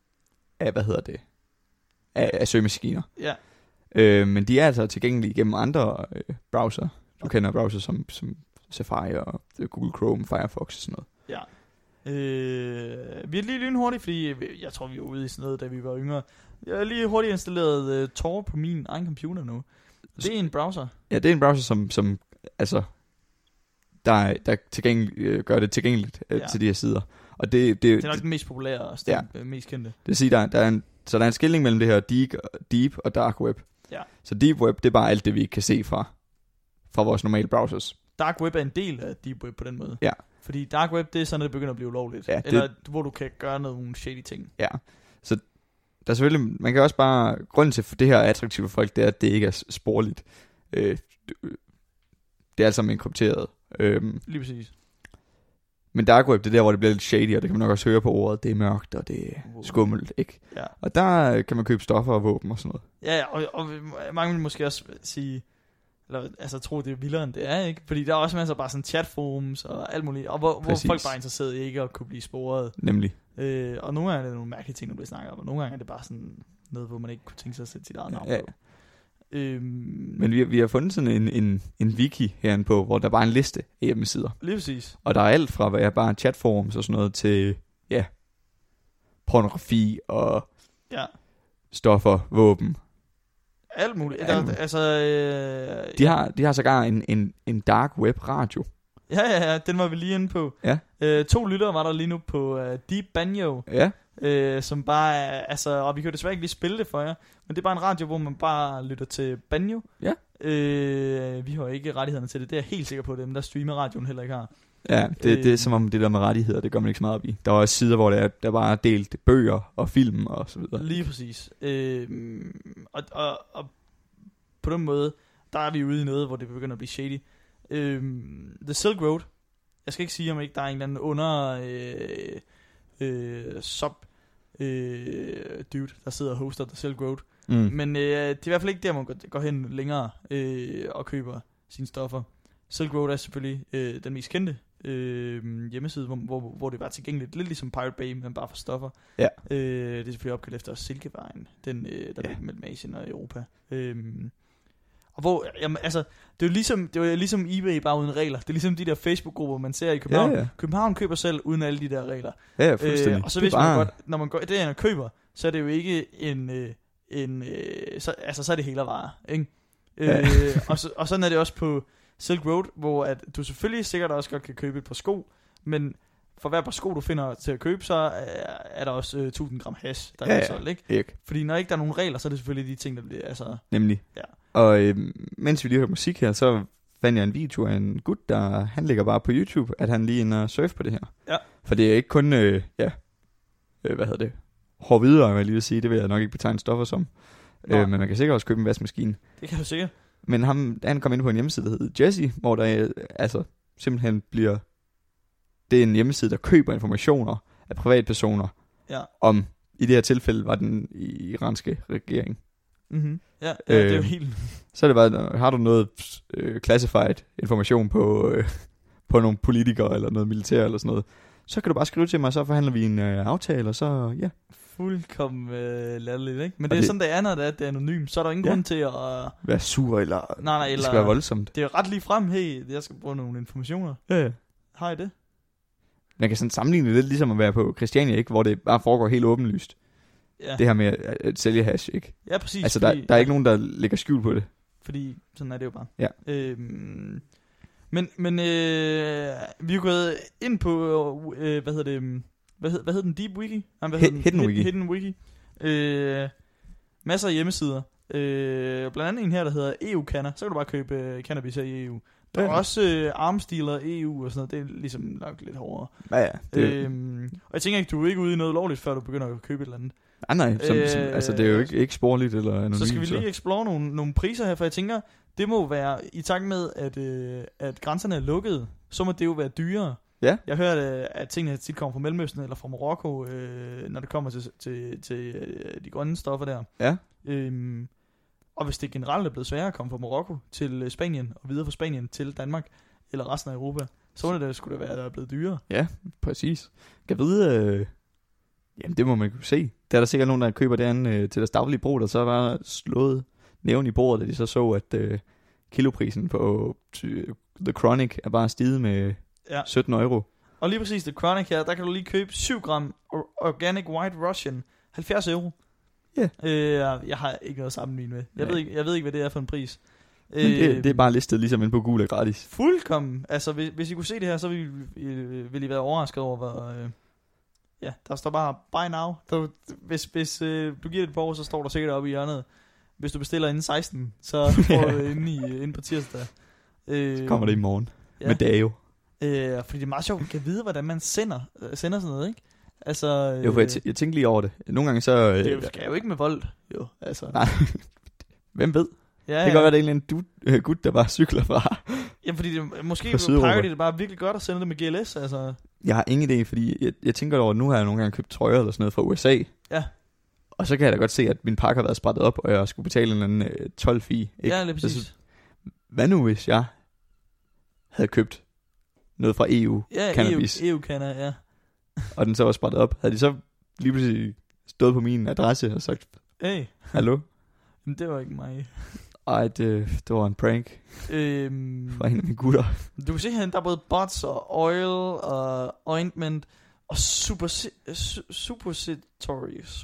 søgemaskiner. Ja. Men de er altså tilgængelige gennem andre browser. Du kender browser som Safari og Google Chrome, Firefox og sådan noget. Ja. Vi er lige lynhurtigt, fordi jeg tror, vi var ude i sådan noget, da vi var yngre. Jeg har lige hurtigt installeret Tor på min egen computer nu. Det er en browser. Ja, det er en browser, som altså, der gør det tilgængeligt til de her sider. Og det er nok den mest populære og mest kendte. Det vil sige, der er en skilning mellem det her deep og dark web. Ja. Så deep web, det er bare alt det, vi ikke kan se fra vores normale browsers. Dark web er en del af deep web på den måde. Ja. Fordi dark web, det er sådan, at det begynder at blive ulovligt. Ja, eller hvor du kan gøre nogle shady ting. Ja. Så der er selvfølgelig, man kan også bare, grunden til, for det her er attraktivt for folk, det er, at det ikke er sporligt. Det er alt sammen inkripteret. Lige præcis. Men dark web, det er der, hvor det bliver lidt shady, og det kan man nok også høre på ordet. Det er mørkt, og det er skummelt, ikke? Ja. Og der kan man købe stoffer og våben og sådan noget. Ja, og mange vil måske også sige, eller altså tro, det er vildere, end det er, ikke? Fordi der er også masser af bare sådan chatforums og alt muligt, og hvor folk bare er interesseret i ikke at kunne blive sporet. Nemlig. Og nogle gange er det nogle mærkelige ting, der bliver snakket om, og nogle gange er det bare sådan noget, hvor man ikke kunne tænke sig at sætte sit eget navn på. Men vi har fundet sådan en wiki herinde på, hvor der bare er en liste af hjemmesider. Lige præcis. Og der er alt fra, hvad er bare chatforums og sådan noget, til pornografi og stoffer, våben. Alt muligt. De har sågar en dark web radio. Ja, den var vi lige inde på. Ja. 2 lyttere var der lige nu på Deep Banjo. Ja. Som bare er, altså, og vi kan jo desværre ikke lige spille det for jer, men det er bare en radio, hvor man bare lytter til banjo. Ja. Vi har ikke rettighederne til det. Det er jeg helt sikker på, dem der streamer radioen heller ikke har. Ja, det er som om det der med rettigheder, det gør man ikke så meget op i. Der er også sider, hvor der bare er delt bøger og film og så videre. Lige præcis. Og på den måde, der er vi ude i noget, hvor det begynder at blive shady. The Silk Road. Jeg skal ikke sige, om ikke der er en eller anden dude, der sidder og hoster The Silk Road. Men det er i hvert fald ikke der, man går hen længere og køber sine stoffer. Silk Road er selvfølgelig den mest kendte hjemmeside, hvor det var tilgængeligt. Lidt ligesom Pirate Bay, men bare for stoffer. Ja. Det er selvfølgelig opkaldt efter Silkevejen, der ligger mellem Asien og Europa. Og hvor, jamen, altså, det er jo ligesom eBay bare uden regler. Det er ligesom de der Facebook-grupper, man ser i København. Ja. København køber selv uden alle de der regler. Ja, fuldstændig. Og så hvis man godt, når man går det og køber, så er det jo ikke så er det hele varer, ikke? Og sådan er det også på Silk Road, hvor at du selvfølgelig sikkert også godt kan købe et par sko, men for hver par sko, du finder til at købe, så er der også 1000 gram hash, der er solgt, ikke? Fordi når ikke der er nogen regler, så er det selvfølgelig de ting, der bliver... Altså, nemlig. Ja. Og mens vi lige hører musik her, så fandt jeg en video af en gut, han ligger bare på YouTube, at han lige inde og surfe på det her. Ja. For det er ikke kun, hård videre, vil jeg lige vil sige. Det vil jeg nok ikke betegne stoffer som. Men man kan sikkert også købe en vaskemaskine. Det kan du sikkert. Men han kom ind på en hjemmeside, der hedder Jesse, hvor der simpelthen bliver... Det er en hjemmeside, der køber informationer af privatpersoner om, i det her tilfælde, var den iranske regering. Mm-hmm. Ja, det er jo helt... Så er det bare, har du noget classified information på nogle politikere, eller noget militær, eller sådan noget, så kan du bare skrive til mig, så forhandler vi en aftale, og så, ja. Fuldkommen latterligt, ikke? Men det er sådan, det er, når det er anonymt, så er der ingen grund til at... være sur, eller... Nej, det skal være voldsomt. Det er jo ret lige frem, hey, jeg skal bruge nogle informationer. Ja. Har I det? Man kan sådan sammenligne det lidt ligesom at være på Christiania, ikke? Hvor det bare foregår helt åbenlyst. Ja. Det her med at sælge hash, ikke? Ja, præcis. Altså, der er ikke nogen, der lægger skjul på det. Fordi sådan er det jo bare. Ja. Men vi er jo gået ind på, hvad hedder den? Deep Wiki? Hidden Wiki. Hidden Wiki. Masser af hjemmesider. Blandt andet en her, der hedder EU-Canna. Så kan du bare købe cannabis her i EU. Der er også armsdealer EU og sådan noget. Det er ligesom nok lidt hårdere. Ja. Og jeg tænker ikke, du er ikke ude i noget lovligt, før du begynder at købe et eller andet. Nej. Altså, det er jo ikke sporligt eller anonymt. Så skal vi lige explore nogle priser her, for jeg tænker, det må være, i takt med, at grænserne er lukket, så må det jo være dyrere. Ja. Jeg har hørt, at tingene tit kommer fra Mellemøsten eller fra Marokko, når det kommer til de grønne stoffer der. Ja. Og hvis det generelt er blevet sværere at komme fra Marokko til Spanien, og videre fra Spanien til Danmark, eller resten af Europa, så må det skulle da være, at der er blevet dyrere. Ja, præcis. Kan jeg vide, jamen det må man kunne se. Der er der sikkert nogen, der køber det andet til deres daglige brug, der så var slået nævn i bordet, da de så at kiloprisen på The Chronic er bare steget med 17 euro. Og lige præcis The Chronic her, der kan du lige købe 7 gram Organic White Russian, 70 euro. Ja. Jeg har ikke noget sammenlignet med. Jeg ved ikke, hvad det er for en pris. Men det er bare listet ligesom inde på Google gratis. Fuldkommen. Altså, hvis I kunne se det her, så ville I være overrasket over, hvor... der står bare buy now. Hvis du giver det et par år, så står der sikkert oppe i hjørnet. Hvis du bestiller inden 16, så får du inde på tirsdag. Så kommer det i morgen. Ja. Med Dao. Fordi det er meget sjovt, at kan vide, hvordan man sender sådan noget, ikke? Altså, jo, for jeg tænkte lige over det. Nogle gange så... det skal jo ikke med vold, jo. Altså. Nej, hvem ved? Ja, det kan godt være, det er en gut, der bare cykler fra. Jamen, fordi måske pakker de det bare virkelig godt at sende det med GLS, altså. Jeg har ingen idé, fordi jeg tænker over, at nu har jeg nogle gange købt trøjer eller sådan noget fra USA. Ja. Og så kan jeg da godt se, at min pakke har været sprættet op, og jeg skulle betale en eller anden 12-fee. Ja, lige præcis. Så, hvad nu, hvis jeg havde købt noget fra EU? Ja, cannabis. EU-Canna, ja. Og den så var sprættet op. Havde de så lige pludselig stået på min adresse og sagt, hey. Hallo? Men det var ikke mig. Ej, det var en prank fra en af mine gutter. Du kan se her, der er både bots og oil og ointment og suppositories.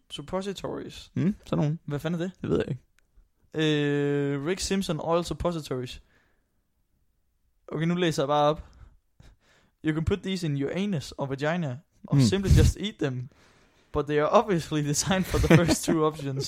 Sådan nogen. Hvad fanden er det? Det ved jeg ikke. Rick Simpson Oil Suppositories. Okay, nu læser jeg bare op. You can put these in your anus or vagina, or simply just eat them. But they are obviously designed for the first two options.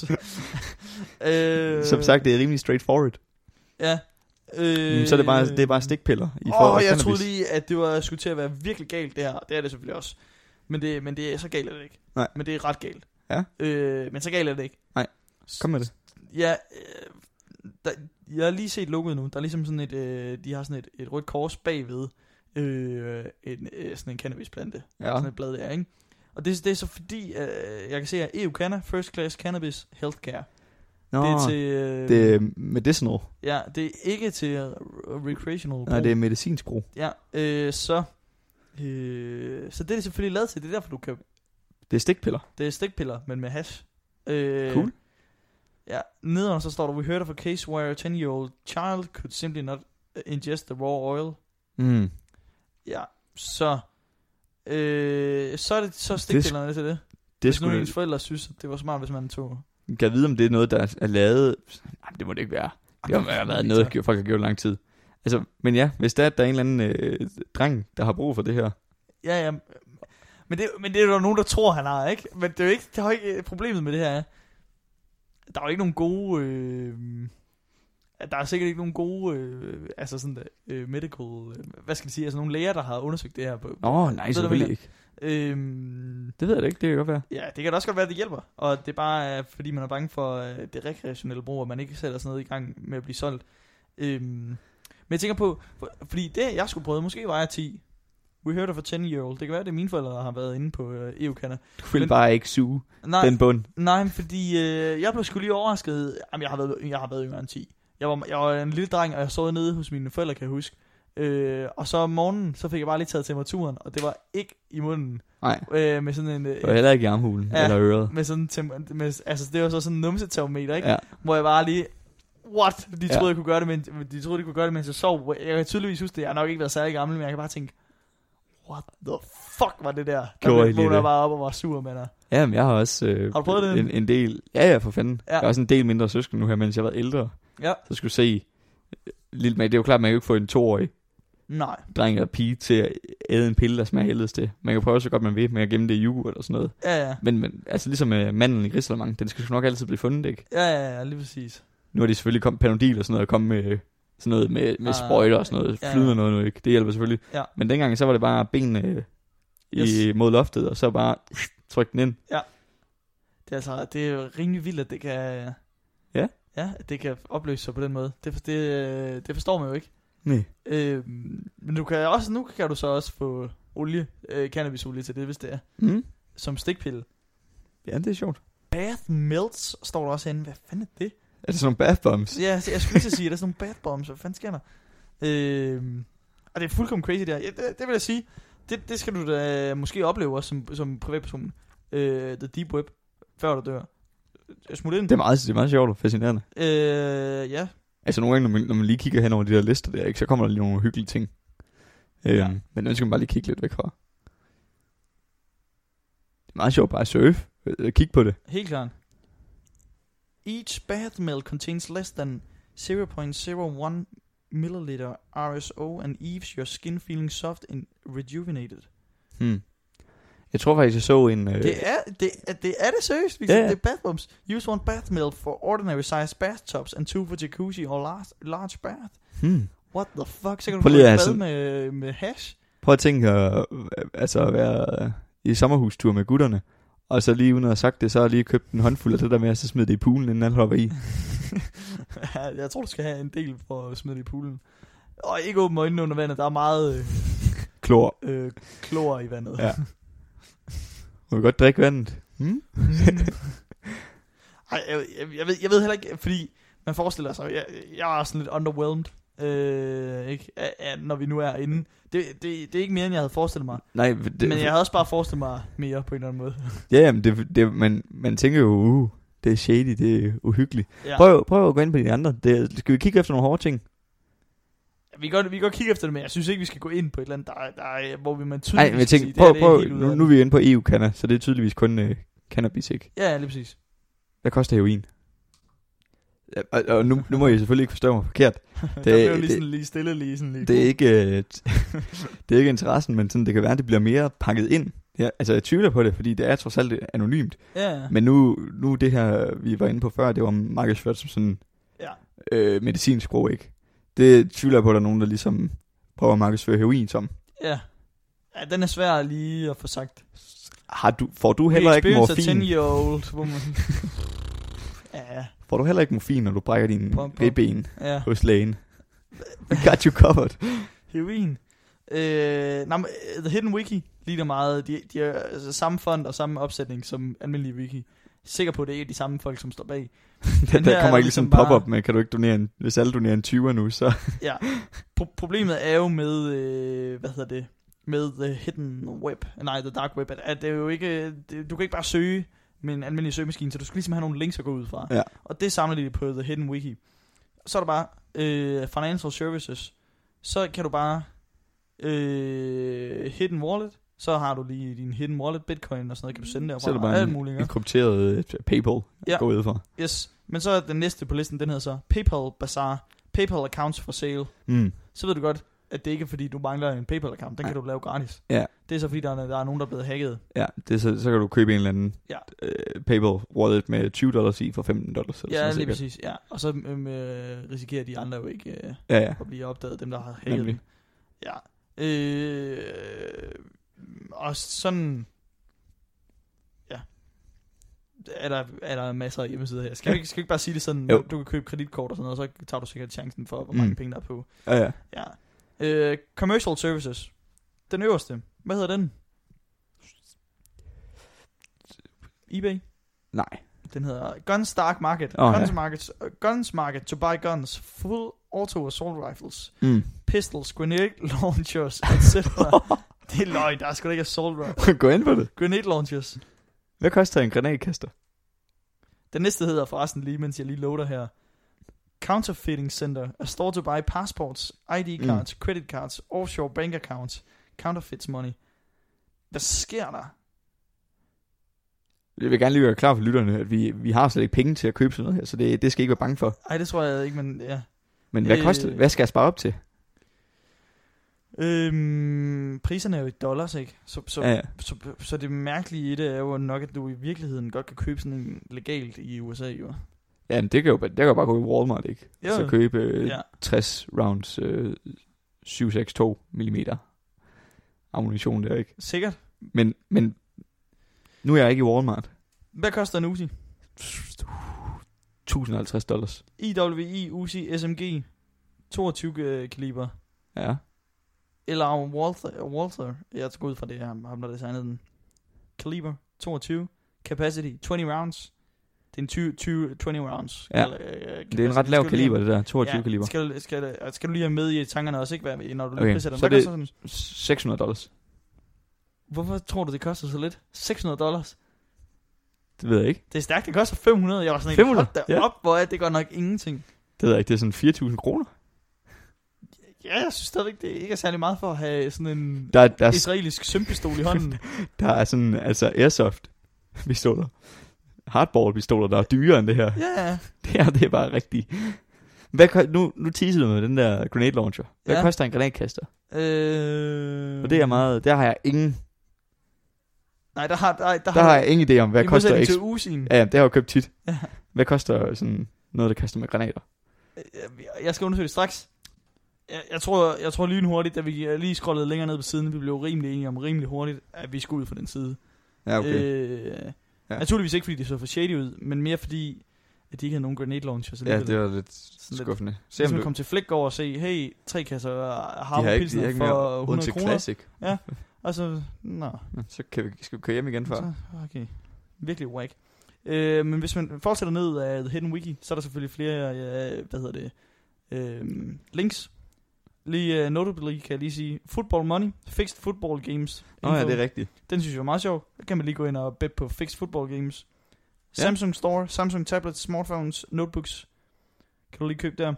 Som sagt, det er rimelig straightforward. Ja. Så det er bare stikpiller i forhold til jeg troede lige, at det skulle til at være virkelig galt det her. Det er det selvfølgelig også. Men det er så galt er det ikke. Nej. Men det er ret galt. Ja. Men så galt er det ikke. Nej. Kom med det. Ja. Jeg har lige set logoet nu. Der er ligesom sådan de har sådan et rødt kors bagved sådan en cannabisplante. Ja. Sådan et blad der, ikke? Og det er så fordi, jeg kan se, at EU-Canna, First Class Cannabis Healthcare. Nå, det er til... det er medicinal. Ja, det er ikke til recreational brug. Nej, det er medicinsk brug. Ja, så det er det selvfølgelig lavet til. Det er derfor, du kan... Det er stikpiller. Det er stikpiller, men med hash. Cool. Ja, nederen så står der, we heard of a case where a 10-year-old child could simply not ingest the raw oil. Ja, så er det så stikpillerne til det. Hvis nu ens forældre synes, at det var smart, hvis man tog... Kan jeg vide, om det er noget, der er lavet... Nej, det må det ikke være. Det har været noget, folk har gjort lang tid. Altså, men ja, hvis der er en eller anden dreng, der har brug for det her. Ja. Men det er jo nogen, der tror, han har, ikke? Men det er jo ikke, det har ikke problemet med det her. Der er jo ikke nogen gode... der er sikkert ikke nogen gode altså sådan medical... hvad skal jeg sige? Altså nogle læger, der har undersøgt det her på... Nej, selvfølgelig ikke. Det ved jeg da ikke, det kan godt være. Ja, det kan da også godt være, at det hjælper. Og det er bare, fordi man er bange for det rekreationelle brug, og man ikke sætter sådan noget i gang med at blive solgt. Men jeg tænker på, fordi det, jeg skulle prøve, måske var jeg 10. We heard of a 10-year-old. Det kan være, at det er mine forældre, der har været inde på EU-kanner. Du vil bare ikke suge den bund. Nej, fordi jeg blev sgu lige overrasket. Jamen, jeg har været yngre end 10. Jeg var en lille dreng, og jeg så nede hos mine forældre, kan jeg huske. Og så om morgenen, så fik jeg bare lige taget temperaturen, og det var ikke i munden. Nej. Med sådan en... det var heller ikke i armhulen eller øret. Med sådan altså det var så sådan en numsetermometer, ikke? Ja. Hvor jeg bare lige... What? De troede, jeg kunne gøre det, mens jeg sov. Jeg kan tydeligvis huske det. Jeg har nok ikke været særlig gammel, men jeg kan bare tænke... What the fuck var det der? Der vågnede jeg bare op og var sur med dig. Ja, men jeg har også har du prøvet det? En del... Ja, for fanden. Ja. Jeg har også en del mindre søskende nu her, mens jeg var ældre. Ja. Så skulle se... Lille med, det er jo klart, at man kan jo ikke få en 2-årig dreng eller pige til at æde en pille, der smager helvedes til. Man kan prøve så godt man vil, man kan gemme det i yoghurt eller sådan noget. Ja. Men altså ligesom med mandlen i Grisalemang, den skal nok altid blive fundet, ikke? Ja, lige præcis. Nu har de selvfølgelig kommet Panodil og sådan noget, og kommet med sådan noget med sprøjter og sådan noget, flyder noget nu, ikke? Det hjælper selvfølgelig. Ja. Men dengang så var det bare benene mod loftet, og så bare trykke den ind. Ja. Det er jo rimelig vildt, at det kan... Ja, det kan opløse sig på den måde. Det forstår man jo ikke. Nej. Men nu kan du så også få olie, cannabisolie til det, hvis det er. Som stikpille. Ja, det er sjovt. Bath melts står der også herinde. Hvad fanden er det? Er det sådan nogle bath bombs? Ja, jeg skulle lige sige, at der er sådan nogle bath bombs. Hvad fanden sker der? Og det er fuldkommen crazy der. Ja, det vil jeg sige. Det skal du da måske opleve også som privatperson. The deep web, før du dør. Smut ind. Det er meget sjovt og fascinerende. Ja. Altså nogle gange, når man lige kigger hen over de der lister der, ikke, så kommer der lige nogle hyggelige ting. Men den skal man bare lige kigge lidt væk fra. Det er meget sjovt bare at surfe. Kig på det. Helt klart. Each bath milk contains less than 0.01 milliliter RSO and leaves your skin feeling soft and rejuvenated. Jeg tror faktisk, jeg så en... Det er det seriøst. Det er bath bombs. Use one bath milk for ordinary size bathtubs and 2 for jacuzzi or large bath. What the fuck? Så kan du få et bad med hash. Prøv at tænke at være i sommerhustur med gutterne, og så lige uden at have sagt det, så har jeg lige købt en håndfuld af det der med, og så smider det i poolen, inden alt hopper i. Jeg tror, du skal have en del for at smide det i poolen. Og ikke åbne øjnene under vandet. Der er meget klor. Klor i vandet. Ja. Må vi godt drikke vandet? Ej, jeg ved heller ikke, fordi man forestiller sig, jeg er sådan lidt underwhelmed, ikke? Når vi nu er inde. Det er ikke mere, end jeg havde forestillet mig. Nej, men jeg havde også bare forestillet mig mere på en eller anden måde. Ja, men man tænker jo, det er shady, det er uhyggeligt. Ja. Prøv at gå ind på de andre. Skal vi kigge efter nogle hårde ting? Vi kan godt kigge efter det, men jeg synes ikke, vi skal gå ind på et eller andet, der hvor vi man tydeligvis sige, prøv, nu er vi inde på EU-kanner, så det er tydeligvis kun cannabis, ikke? Ja, lige præcis. Hvad koster heroin? Og nu må I selvfølgelig ikke forstå mig forkert. Det er lige stille. Det er ikke interessen, men sådan, det kan være, at det bliver mere pakket ind. Ja, altså jeg tvivler på det, fordi det er trods alt anonymt. Ja. Men nu det her, vi var inde på før, det var markedsført som sådan medicinsk sprog, ikke? Det tvivler jeg på, at der er nogen, der ligesom prøver at markedsføre heroin som. Ja, den er svær lige at få sagt. Får du heller ikke morfin? Ja. Får du heller ikke morfin, når du brækker dine ribben hos lægen? We got you covered. Heroin. The Hidden Wiki ligner meget. De er altså samme font og samme opsætning som almindelig wiki. Sikker på, at det er de samme folk, som står bag. Der kommer ikke ligesom pop-up med, kan du ikke donere hvis alle donerer en 20'er nu, så... Ja. Problemet er jo med, med The Hidden Web, nej, The Dark Web, at det er jo ikke, du kan ikke bare søge med en almindelig søgemaskine, så du skal ligesom have nogle links at gå ud fra. Ja. Og det samler de på The Hidden Wiki. Så er der bare Financial Services. Så kan du bare Hidden Wallet, Så har du lige din hidden wallet, bitcoin og sådan noget, kan du sende derfra. Så er det bare alt muligt, en krypteret PayPal, gå ud for. Yes, men så er den næste på listen, den hedder så PayPal Bazaar, PayPal accounts for sale. Så ved du godt, at det ikke er fordi, du mangler en PayPal-account. Den kan du lave gratis. Ja. Det er så fordi, der er nogen, der er blevet hacket. Ja, det er så kan du købe en eller anden PayPal-wallet med $20 i for $15. Ja, lige præcis. Ja. Og så risikerer de andre jo ikke at blive opdaget, dem der har hacket den. Ja. Og sådan... Ja. Er der masser af hjemmesider her. Skal vi ikke bare sige det sådan, du kan købe kreditkort og sådan noget, og så tager du sikkert chancen for, hvor mange penge der er på. Ja. Commercial services. Den øverste. Hvad hedder den? eBay? Nej. Den hedder Guns Dark Market. Guns Market to buy guns. Full auto assault rifles. Pistols, grenade launchers, etc. Det er løgn, der er sgu da ikke assault rifles. Gå ind på det. Grenade launchers. Hvad koster en granatkaster? Den næste hedder forresten lige, mens jeg lige loader her. Counterfeiting Center, a store to buy passports, ID cards, credit cards, offshore bank accounts, counterfeits money. Hvad sker der? Jeg vil gerne lige være klar for lytterne, at vi har slet ikke penge til at købe sådan noget her, så det skal I ikke være bange for. Nej, det tror jeg ikke, men ja. Men hvad koster det? Hvad skal jeg spare op til? Priserne er jo i dollars, ikke? Så det mærkelige i det er jo nok, at du i virkeligheden godt kan købe sådan en legalt i USA, jo. Ja, men det kan jo bare gå i Walmart, ikke? Jo. Så købe 60 rounds 7.62 mm ammunition der, ikke? Sikkert. Men nu er jeg ikke i Walmart. Hvad koster en Uzi? $1.050. IWI Uzi SMG 22 kaliber. Ja. Eller Walther. Jeg skal ud fra det, ham der designede den. Kaliber 22. Capacity 20 rounds. Det er en 20 rounds. Ja. Det er en ret lav kaliber, det der. 22 kaliber. Skal du lige have med i tankerne også, ikke? Når du lige prisætter den. Så det er $600. Hvorfor tror du, det koster så lidt? $600? Det ved jeg ikke. Det er stærkt, det koster 500. Jeg var sådan 500? Op, hvor er det godt nok ingenting. Det ved jeg ikke, det er sådan 4.000 kroner. Ja, jeg synes stadigvæk, det ikke er særlig meget for at have sådan en der israelisk sømpistol i hånden. Der er sådan, altså airsoft pistoler. Hardball-pistoler, der er dyrere end det her. Ja. Det er bare rigtigt. Nu teaser du med den der grenade launcher. Hvad koster en granatkaster? Og det er meget... Der har jeg ingen... Nej, der har jeg ingen idé om, hvad koster... til Uzien. Ja, det har jeg købt tit. Ja. Hvad koster sådan noget, der kaster med granater? Jeg skal undersøge det straks. Jeg tror lynhurtigt, da vi lige scrollede længere ned på siden, vi blev rimelig enige om rimelig hurtigt, at vi skulle ud for den side. Ja, okay. Naturligvis ikke, fordi det så for shady ud, men mere fordi, at de ikke havde nogen grenade launchers. Ja, det var lidt skuffende. Se, om du kom til Flæk over og se, hey, 3 kasser Harvey-pilsner for 100 kroner. Classic. Ja, og så, så skal vi køre hjem igen før. Okay, virkelig whack. Men hvis man fortsætter ned af The Hidden Wiki, så er der selvfølgelig flere, links. Lige notably kan jeg lige sige, Football Money, Fixed Football Games. Ja, det er rigtigt. Den synes jeg er meget sjov. Der kan man lige gå ind og bet på Fixed Football Games. Samsung Store, Samsung tablets, smartphones, notebooks. Kan du lige købe der.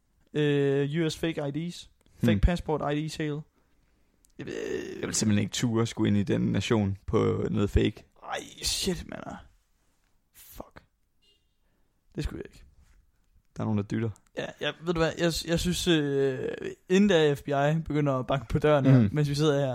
US Fake IDs, Fake Passport ID sale. Jeg vil simpelthen ikke ture skulle ind i den nation på noget fake. Ej, shit, man. Fuck. Det skulle jeg ikke. Der er nogen, der dytter. Ja, ved du hvad, jeg synes, inden da FBI begynder at banke på døren her, mens vi sidder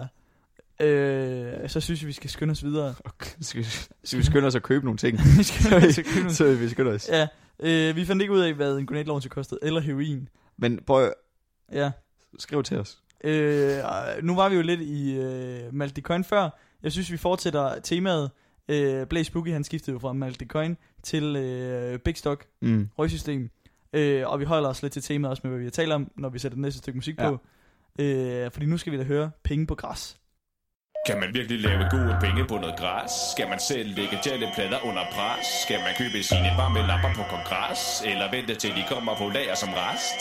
her, så synes jeg, vi skal skynde os videre. Okay. Skal vi skynde os at købe nogle ting? Så vi skynder os. Ja, vi fandt ikke ud af, hvad en grenade launcher kostede, eller heroin. Men prøv skriv til os. Nu var vi jo lidt i Maltecoin før. Jeg synes, vi fortsætter temaet. Blaze Boogie, han skiftede jo fra Maltecoin til Big Stock røgsystem. Og vi holder os lidt til temaet også med, hvad vi har talt om, når vi sætter det næste stykke musik på. Fordi nu skal vi da høre penge på græs. Kan man virkelig lave gode penge på noget græs? Skal man selv lægge plader under pres? Skal man købe sine varme lamper på kongres? Eller vente til de kommer på lager som rest?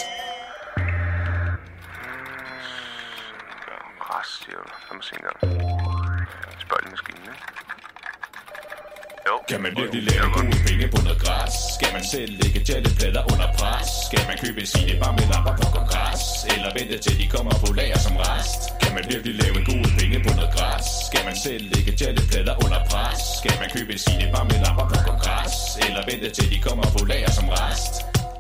Græs, siger du. Lad mig se engang. Spørg lige maskinen, ikke? Jo, Kan man virkelig lave gode penge på noget græs? Skal man selv lægge jetteplader under pres? Skal man købe sine bammelamper på kongres? Eller vente til de kommer på lager som rest? Kan man virkelig lave gode penge på noget græs? Skal man selv lægge jetteplader under pres? Skal man købe sine bammelamper på kongres? Eller vente til de kommer på lager som rest?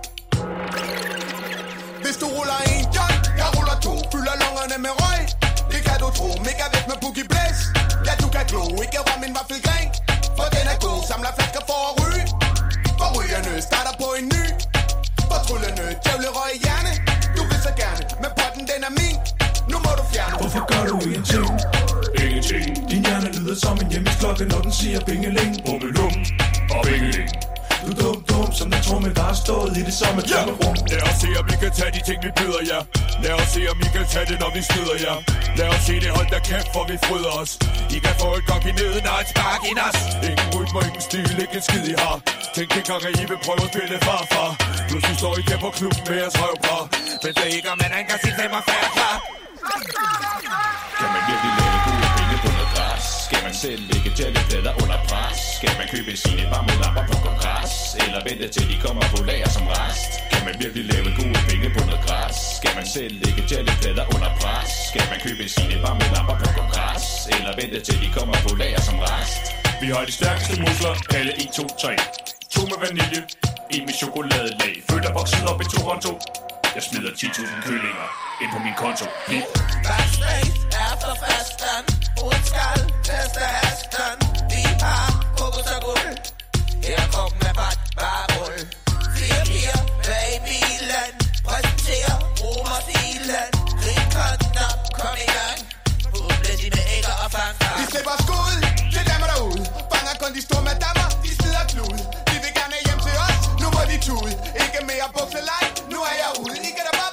Hvis du ruller en joint, jeg ruller to, fylder lungerne med røg. Det kan du tro, mega væk med Boogie Blæs. Ja, du kan glo, ikke røre min vaffelgren. For den er god, samler flasker for at ryge. For rygerne starter på en ny. For tryllende, djævle røg i hjerne. Du vil så gerne, men potten den er min. Nu må du fjerne. Hvorfor gør du ingenting? Ingenting. Din hjerne lyder som en hjemmesklokke, når den siger bingeling. Bummelum og bingeling. Du er dum som den tromme, der har stået i det samme trommerum. Lad os se, om vi kan tage de ting, vi byder jer. Lad os se, om I kan tage det, når vi skyder jer. Lad os se det, hold da kæft, for vi fryder os. I kan få et gok i neden og et spark i nas. Ingen rytme, ingen stil, ikke en skid I har. Tænk en gang, at I vil prøve at spille farfar. Pludselig står I der på klubben med jeres røvbrar. Men det er ikke, om man kan sige 45 klar. Kan man virkelig lave gode penge på noget græs? Skal man selv lægge jetteplader under pres? Skal man købe sine bammelamper på kongres? Eller vente til de kommer på lager som rest? Kan man virkelig lave gode penge på noget græs? Skal man selv lægge jetteplader under pres? Skal man købe sine bammelamper på kongres? Eller vente til de kommer på lager som rest? Vi har de stærkeste muskler, alle 1, 2, 3. 2 med vanilje, 1 med chokoladelag. Født og vokset op i Toronto. Jeg smider 10.000 kyllinger ind på min konto. Bip. Backstage efter festen. Uden skal teste hesten. Vi har kokos og guld. Her kommer med bare rull. 4-4 babyland. Præsenterer romerstilen. Grib konden op, kom i gang. Publis i med ægger og fanfar. Vi slipper skud til dem derude. Fanger kun de store madammer, de smider klud. De vil gerne hjem til os, nu må de tude. Ikke mere bukselej, nu er jeg ude. I kan da bare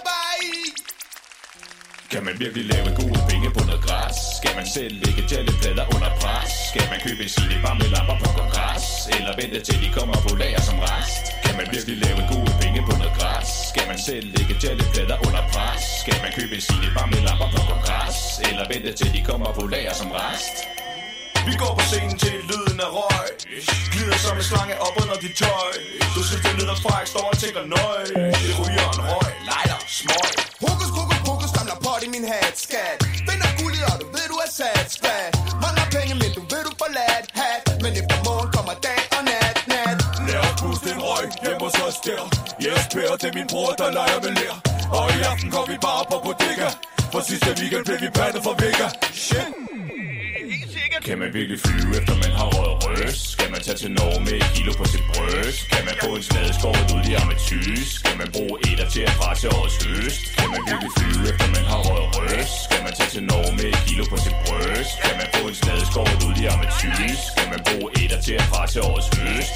Kan man virkelig lave gode penge på noget græs? Skal man selv lægge jetteplader under pres? Skal man købe sine bammelamper på kongres? Eller vente til de kommer på lager som rest? Kan man virkelig lave gode penge på noget græs? Skal man selv lægge jetteplader under pres? Skal man købe sine bammelamper på kongres? Eller vente til de kommer på lager som rest? Vi går på scenen til lyden af røg. Glider som en slange op under dit tøj. Du synes det lyder fræk, står og tænker nøj. Det ryger en røg, lighter, smøg. Hokus, hokus, hokus, samler pot i min hat, skat. Finder guldet, og du ved, du er sat, spat. Mangler penge, men du ved, du forladt hat. Men efter morgen kommer dag og nat. Lad os puste en røg hjemme hos os der. Jesper, det er min bror, der leger med lær. Og i aften går vi bare på bodega. For sidste weekend blev vi pandet for Vega. Shit. Kan man virkelig flyve efter man har røget røst? Skal man tage til Norge med et kilo på sit bryst? Kan man få en slade skåret ud i amatys? Skal man bruge etter til at presse årets høst? Kan man virkelig flyve efter man har røget røst? Skal man tage til Norge med et kilo på sit bryst? Kan man få en slade skåret ud i amatys? Skal man bruge etter til at presse årets høst?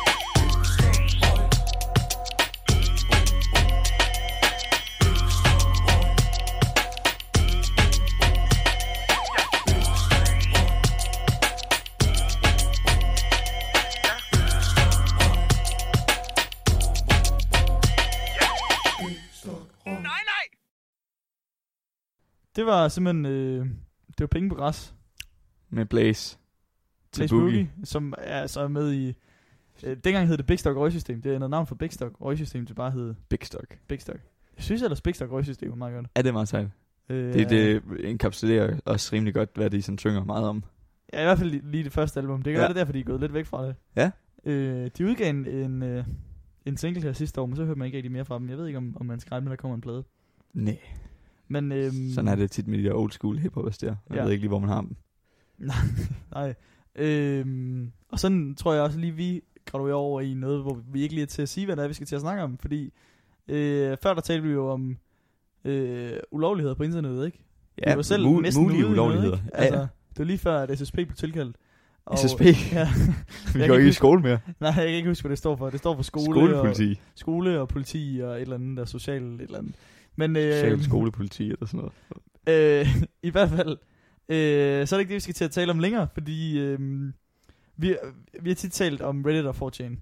Det var simpelthen, det var penge på græs. Med Blaze. Blaze Boogie, som er så med i, dengang hed det Big Stock Røgsystem. Det er noget navn for Big Stock Røgsystem, det bare hed Big Stock. Big Stock. Jeg synes ellers Big Stock Røgsystem er meget godt. Ja, det er meget sejt. Det enkapsulerer også rimelig godt, hvad de sådan synger meget om. Ja, i hvert fald lige det første album. Det gør det derfor, de er gået lidt væk fra det. Ja. De udgav en single her sidste år, men så hørte man ikke rigtig mere fra dem. Jeg ved ikke, om man skal regne med, der kommer en plade. Nej. Men, sådan er det tit med de der old school hiphopers der. Jeg ved ikke lige, hvor man har dem. Nej. Og sådan tror jeg også lige, vi graduerer over i noget, hvor vi ikke lige er til at sige, hvad det er, vi skal til at snakke om. Fordi før der talte vi jo om ulovligheder på internettet, ikke? Ja, det var selv mulige ulovligheder. Altså, det var lige før, at SSP blev tilkaldt. Og, SSP? Ja. Vi går ikke i skole mere. Nej, jeg kan ikke huske, hvad det står for. Det står for skolepoliti. Skole og politi og et eller andet, der socialt et eller andet. Men, social skolepoliti eller sådan noget. I hvert fald, så er det ikke det, vi skal til at tale om længere, fordi vi har tit talt om Reddit og 4chan.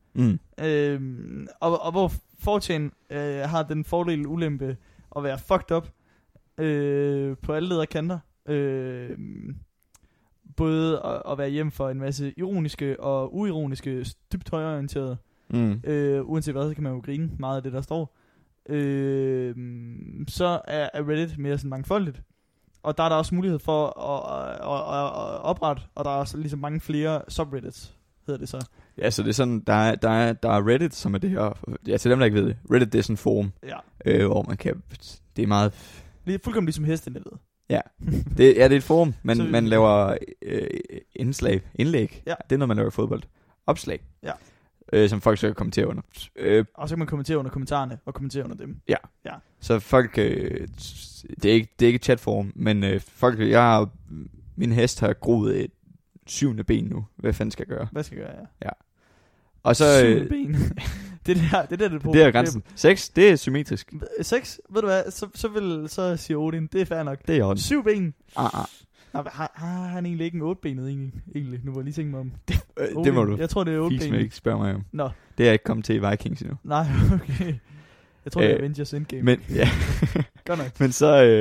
Og hvor 4chan har den fordel ulempe at være fucked up på alle leder kanter. både at være hjem for en masse ironiske og uironiske, dybt højreorienterede. Uanset hvad, så kan man jo grine meget af det, der står. Så er Reddit mere sådan mangfoldigt. Og der er der også mulighed for at oprette, og der er også ligesom mange flere subreddits, hedder det så. Ja, så det er sådan, der er Reddit, som er det her, ja, til dem, der ikke ved det, Reddit, det er sådan en forum, hvor man kan, det er meget... Det er fuldkommen ligesom hestenettet. Ja, det er et forum, men man laver indlæg, det er noget, man laver i fodbold, opslag, som folk så kan kommentere under. Og så kan man kommentere under kommentarerne, og kommentere under dem. Ja. Så folk, det er ikke et chatforum, men folk, min hest har groet et 7. ben nu. Hvad fanden skal jeg gøre? Hvad skal jeg gøre, ja. Og så... 7. ben. det det er grænsen. 6, det er symmetrisk. 6, ved du hvad, så siger Odin, det er fair nok. Det er ordentligt. 7 ben. Har han egentlig ikke en 8-benet egentlig? Nu var jeg lige tænkt mig om. Det må du. Jeg tror, det er 8-benet. Ikke spørge mig om. Nå. Det er ikke kommet til i Vikings endnu. Nej, okay. Jeg tror, det er Avengers Endgame. Men, ja. Godt nok. Men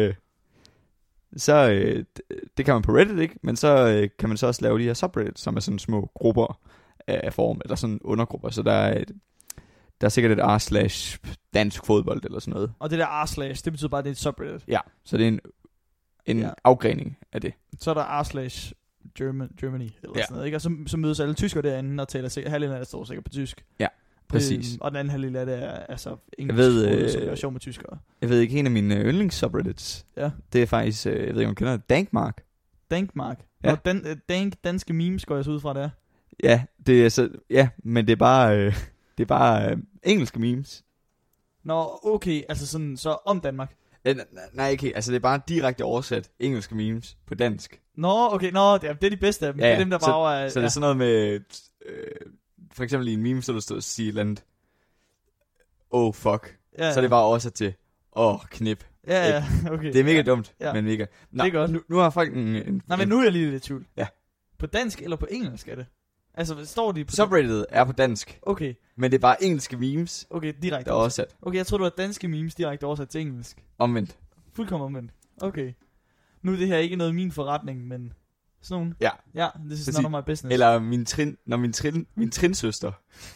så det kan man på Reddit, ikke? Men så kan man så også lave de her subreddits, som er sådan små grupper af form, eller sådan undergrupper. Så der er sikkert et r/dansk fodbold eller sådan noget. Og det der r/, det betyder bare, at det er et subreddit. Ja, så det er en afgrening af det. Så er der r/Germany eller sådan noget, ikke? Og så mødes alle tyskere derinde og taler halvdelen af det står sikkert på tysk. Ja, præcis. Og den anden halvdel af det er altså engelsk, som er sjov med tyskere. Jeg ved ikke, en af mine yndlings-subreddits, det er faktisk, jeg ved ikke, om man kender det, Dankmark. Dankmark? Ja. Og danske memes går jeg så ud fra det. Ja, det er så, men det er bare engelske memes. Nå, okay, altså sådan, så om Danmark. Nej, okay, altså det er bare direkte oversat engelske memes på dansk. Nå, okay, det er de bedste af dem. Det er dem, der bare er... Så det er sådan noget med, for eksempel i en meme, så du stod og sige et eller andet, oh fuck. Så er det bare oversat til, knip. Ja, okay. Det er mega dumt, men mega. Nå, det er godt. Nu har folk en... Nej, men nu er jeg lige lidt i tvivl. Ja. På dansk eller på engelsk er det? Altså, står de på... Subredditet er på dansk. Okay. Men det er bare engelske memes. Okay, direkte oversat. Okay, jeg tror du har danske memes direkte oversat til engelsk. Omvendt. Fuldkommen omvendt. Okay. Nu er det her ikke noget min forretning, men sådan nogen. Ja, this is not my business. Eller min trinsøster.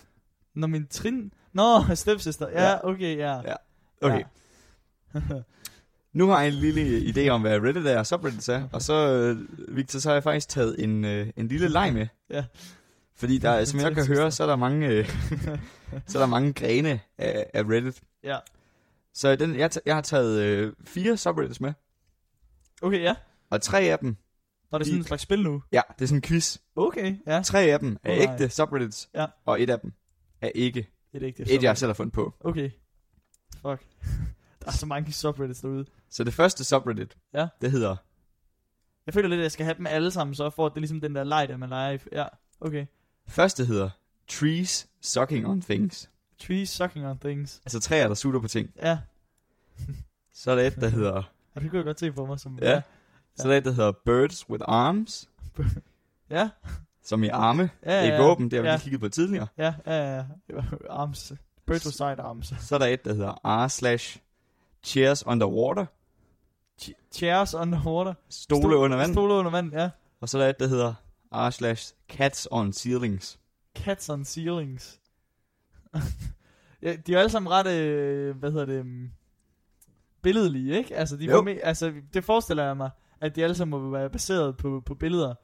Stepsister. Ja, okay, ja. Okay. Nu har jeg en lille idé om, hvad Reddit er og subreddits er. Og så, Victor, så har jeg faktisk taget en lille leg med. Ja. Fordi der, som jeg kan høre, så er der mange grene af Reddit. Ja. Så jeg har taget 4 subreddits med. Okay, ja. Og 3 af dem... Og det er sådan en slags spil nu? Ja, det er sådan en quiz. Okay, ja. 3 af dem er ægte subreddits, og 1 af dem er ikke. Et jeg selv har fundet på. Okay. Fuck. Der er så mange subreddits derude. Så det første subreddit, det hedder... Jeg føler lidt, at jeg skal have dem alle sammen, så for at det er ligesom den der leg, der man leger i. Ja, okay. Første hedder Trees Sucking on Things. Trees Sucking on Things. Altså træer, der sutter på ting. Ja. Så er der et, der hedder... Ja, det kunne jeg godt se for mig. Som, ja. Så er der et, der hedder Birds with Arms. Ja. Som i arme. Ja. Det er våben, det har vi lige kigget på tidligere. Ja. Arms. Birds with side arms. Så er der et, der hedder r/Chairs Underwater. Chairs Underwater. Stole under vand. Stole under vand, ja. Og så er der et, der hedder r/Cats on Ceilings. Cats on Ceilings. Ja, de er alle sammen ret, billedlige, ikke? Altså, det forestiller jeg mig, at de alle sammen må være baseret på billeder.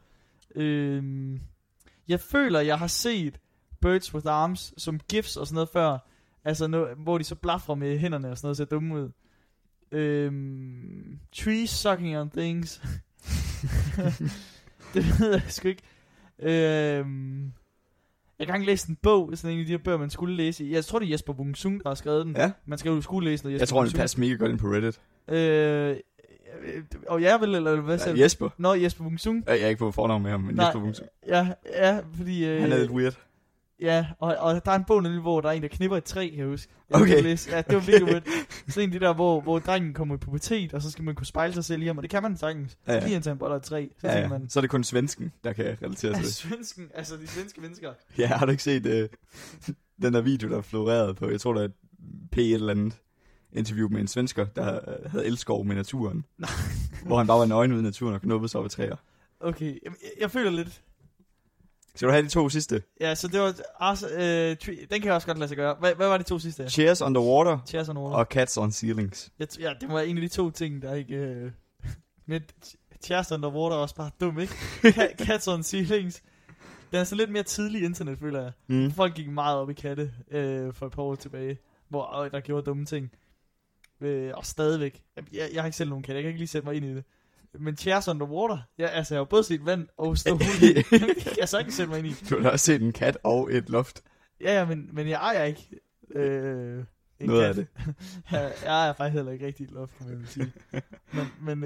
Jeg føler, jeg har set Birds with Arms som gifs og sådan noget før. Altså, hvor de så blaffer med hænderne og sådan noget, ser dumme ud. Trees Sucking on Things. Det ved jeg sgu ikke. Jeg kan ikke læse en bog, sådan en af de her bøger, man skulle læse i. Jeg tror, det er Jesper Wung-Sung, der har skrevet den. Ja. Man skal jo skulle læse noget. Jeg tror, det passer mega godt ind på Reddit. Og jeg vil, eller hvad selv? Jesper. Nå, Jesper Wung-Sung. Jeg er ikke på fornavn med ham, men Jesper Wung-Sung. Ja, fordi... han er lidt weird. Ja, og der er en bog nemlig, hvor der er en, der knipper et træ, kan jeg huske. Okay. Ja, det var virkelig weird. Så en af de der, hvor drengen kommer i pubertet, og så skal man kunne spejle sig selv i ham, og det kan man sagtens. Ja. Lige indtil han boller et træ. Så er det kun svensken, der kan relatere til det. Svensken, altså de svenske mennesker. Ja, har du ikke set den der video, der florerede på, jeg tror, der er et eller andet interview med en svensker, der havde elskov med naturen. Hvor han bare var nøgen ude i naturen og knuppede sig op i træer. Okay, jeg føler lidt... Skal du have de 2 sidste? Ja, så det var... den kan jeg også godt lade sig gøre. Hvad var de 2 sidste? Chairs Underwater. Chairs Underwater. Og Cats on Ceilings. Ja, det var en af de 2 ting, der ikke... Men Chairs Underwater er også bare dum, ikke? Cats on Ceilings. Den er så lidt mere tidlig internet, føler jeg. Folk gik meget op i katte for et par år tilbage, hvor der gjorde dumme ting. Og stadigvæk. Jeg har ikke selv nogen katte, jeg kan ikke lige sætte mig ind i det. Men Chairs Underwater, jeg har jo både set vand og stål. Jeg så ikke sætte mig ind i. Du har også set en kat og et loft. Ja, men jeg ejer ikke noget kat. Af det. Jeg ejer faktisk heller ikke rigtig et loft, kan man sige. Men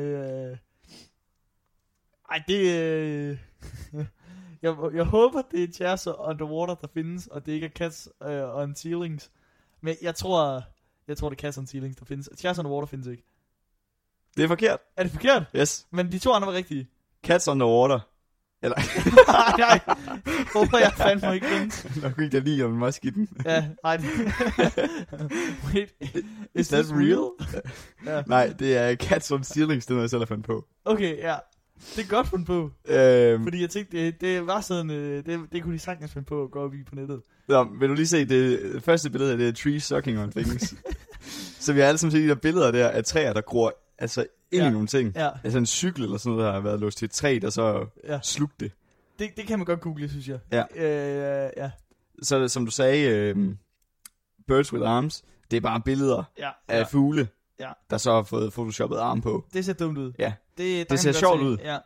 jeg håber, det er Chairs Underwater, der findes, og det ikke er Cats on Ceilings. Men jeg tror, det er Cats on Ceilings, der findes. Chairs Underwater findes ikke. Det er forkert. Er det forkert? Yes. Men de 2 andre var rigtige. Cats Underwater. Eller... nej. Håber jeg fandme ikke findes. Nok ikke der lige om en meget skidt den. Ja, nej. Wait, is that real? Ja. Nej, det er Cats on Ceilings, det er noget, jeg selv har fundet på. Okay, ja. Det er godt fundet på. Fordi jeg tænkte, det var sådan, det kunne de sagtens finde på at gå op i på nettet. Nå, vil du lige se, det første billede af det er Tree Sucking on Things. Så vi har alle sammen set de der billeder der af træer, der gror altså ind i nogle ting. Ja. Altså en cykel eller sådan noget, der har været låst til et træ, der så slugte det. Det kan man godt google, synes jeg. Ja. Ja. Så som du sagde, Birds with Arms, det er bare billeder af fugle, der så har fået photoshoppet arm på. Det ser dumt ud. Ja, det ser sjovt ud. Ja.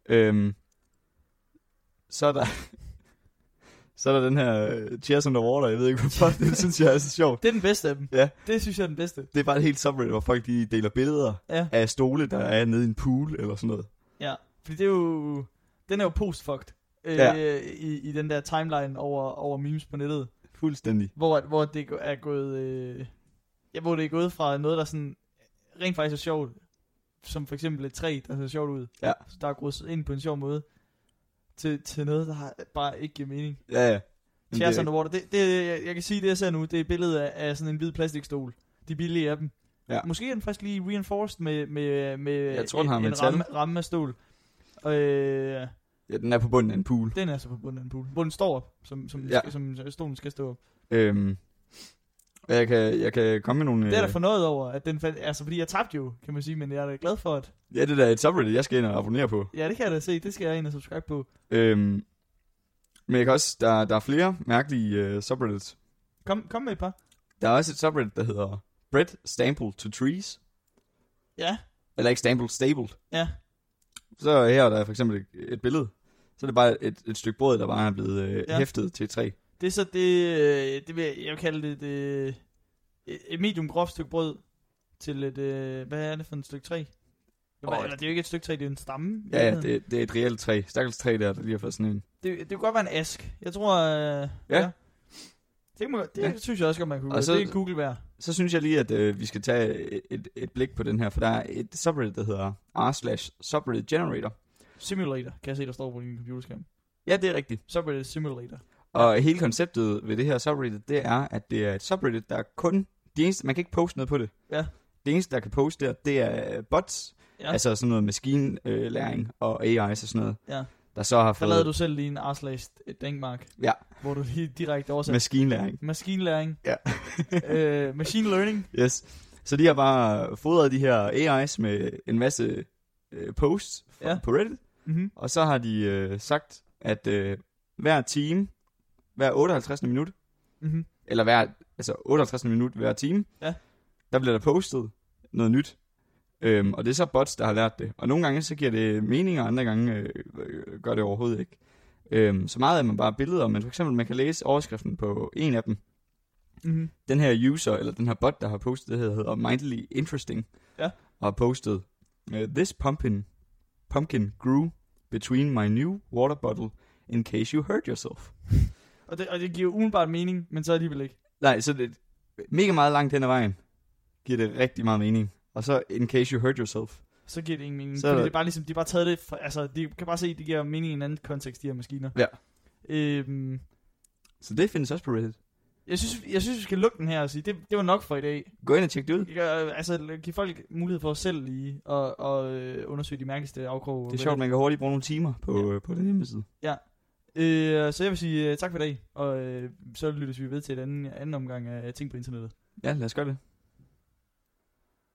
Så er der den her Chairs Underwater, jeg ved ikke hvorfor, det synes jeg er så sjovt. Det er den bedste af dem. Ja. Det synes jeg er den bedste. Det er bare et helt subreddit, hvor folk de deler billeder af stole, der er nede i en pool eller sådan noget. Ja, fordi det er jo, den er jo postfucked i den der timeline over memes på nettet. Fuldstændig. Hvor det er gået, hvor det er gået fra noget, der sådan rent faktisk er sjovt, som for eksempel et træ, der ser sjovt ud, der er gået ind på en sjov måde, til noget, der bare ikke giver mening. Ja. Chairs Underwater. Jeg kan sige, det jeg ser nu, det er et billede af sådan en hvid plastikstol. De billige af dem. Ja. Måske er den faktisk lige reinforced med jeg tror, en ramme af stål. Ja, den er på bunden af en pool. Den er så på bunden af en pool. Hvor den står op, som stolen skal stå op. Jeg kan komme med nogle... Det er der fornøjet over, at den altså fordi jeg tabte jo, kan man sige, men jeg er da glad for, at... Ja, det der er et subreddit, jeg skal ind og abonnere på. Ja, det kan jeg da se, det skal jeg ind og subscribe på. Men jeg kan også, der er flere mærkelige subreddits. Kom med et par. Der er også et subreddit, der hedder Bread Stapled to Trees. Ja. Eller ikke stapled. Ja. Så her er der for eksempel et billede. Så er det bare et stykke brød, der bare er blevet hæftet til et træ. Det er så det vil jeg kalde det et medium groft stykke brød til et, hvad er det for et stykke træ? Eller det er jo ikke et stykke træ, det er en stamme. Ja, det er et reelt træ. Stakkels træ der lige har fået sådan en. Det kunne godt være en ask. Jeg tror, ja. Det synes jeg også godt, man kunne. Det er Google værd. Så synes jeg lige, at vi skal tage et blik på den her, for der er et subreddit, der hedder r/subreddit generator. Simulator, kan jeg se, der står på din computerskærm. Ja, det er rigtigt. Subreddit Simulator. Og hele konceptet ved det her subreddit, det er, at det er et subreddit, der kun... man kan ikke poste noget på det. Ja. Det eneste, der kan poste der, det er bots. Ja. Altså sådan noget maskinlæring og AI og sådan noget. Ja. Der så har fået... Der lavede du selv lige en Denkmark. Ja. Hvor du lige direkte oversat. Maskinlæring. Ja. Machine learning. Yes. Så de har bare fodret de her AI's med en masse posts på Reddit. Mm-hmm. Og så har de sagt, at hver time, hver 58. minut, eller 58. minut hver time, der bliver der postet noget nyt. Og det er så bots, der har lært det. Og nogle gange så giver det mening, og andre gange gør det overhovedet ikke. Så meget af man bare billeder, men for eksempel man kan læse overskriften på en af dem. Mm-hmm. Den her user, eller den her bot, der har postet det her, hedder Mindly Interesting. Ja. Og har postet, This pumpkin grew between my new water bottle in case you hurt yourself. og det giver umiddelbart mening, men så alligevel ikke. Nej, så det mega meget langt hen ad vejen giver det rigtig meget mening. Og så in case you hurt yourself. Så giver det ingen mening. Så det er bare ligesom, de har bare taget det, altså de kan bare se, at det giver mening i en anden kontekst, de her maskiner. Ja. Så det findes også på Reddit. Jeg synes, vi skal lukke den her og sige, det var nok for i dag. Gå ind og tjek det ud. Altså, give folk mulighed for selv lige og undersøge de mærkeligste afkrog. Det er sjovt, man kan hurtigt bruge nogle timer på den hjemmeside. Ja. Så jeg vil sige tak for i dag, og så lyttes vi ved til en anden omgang af ting på internettet. Ja, lad os gøre det.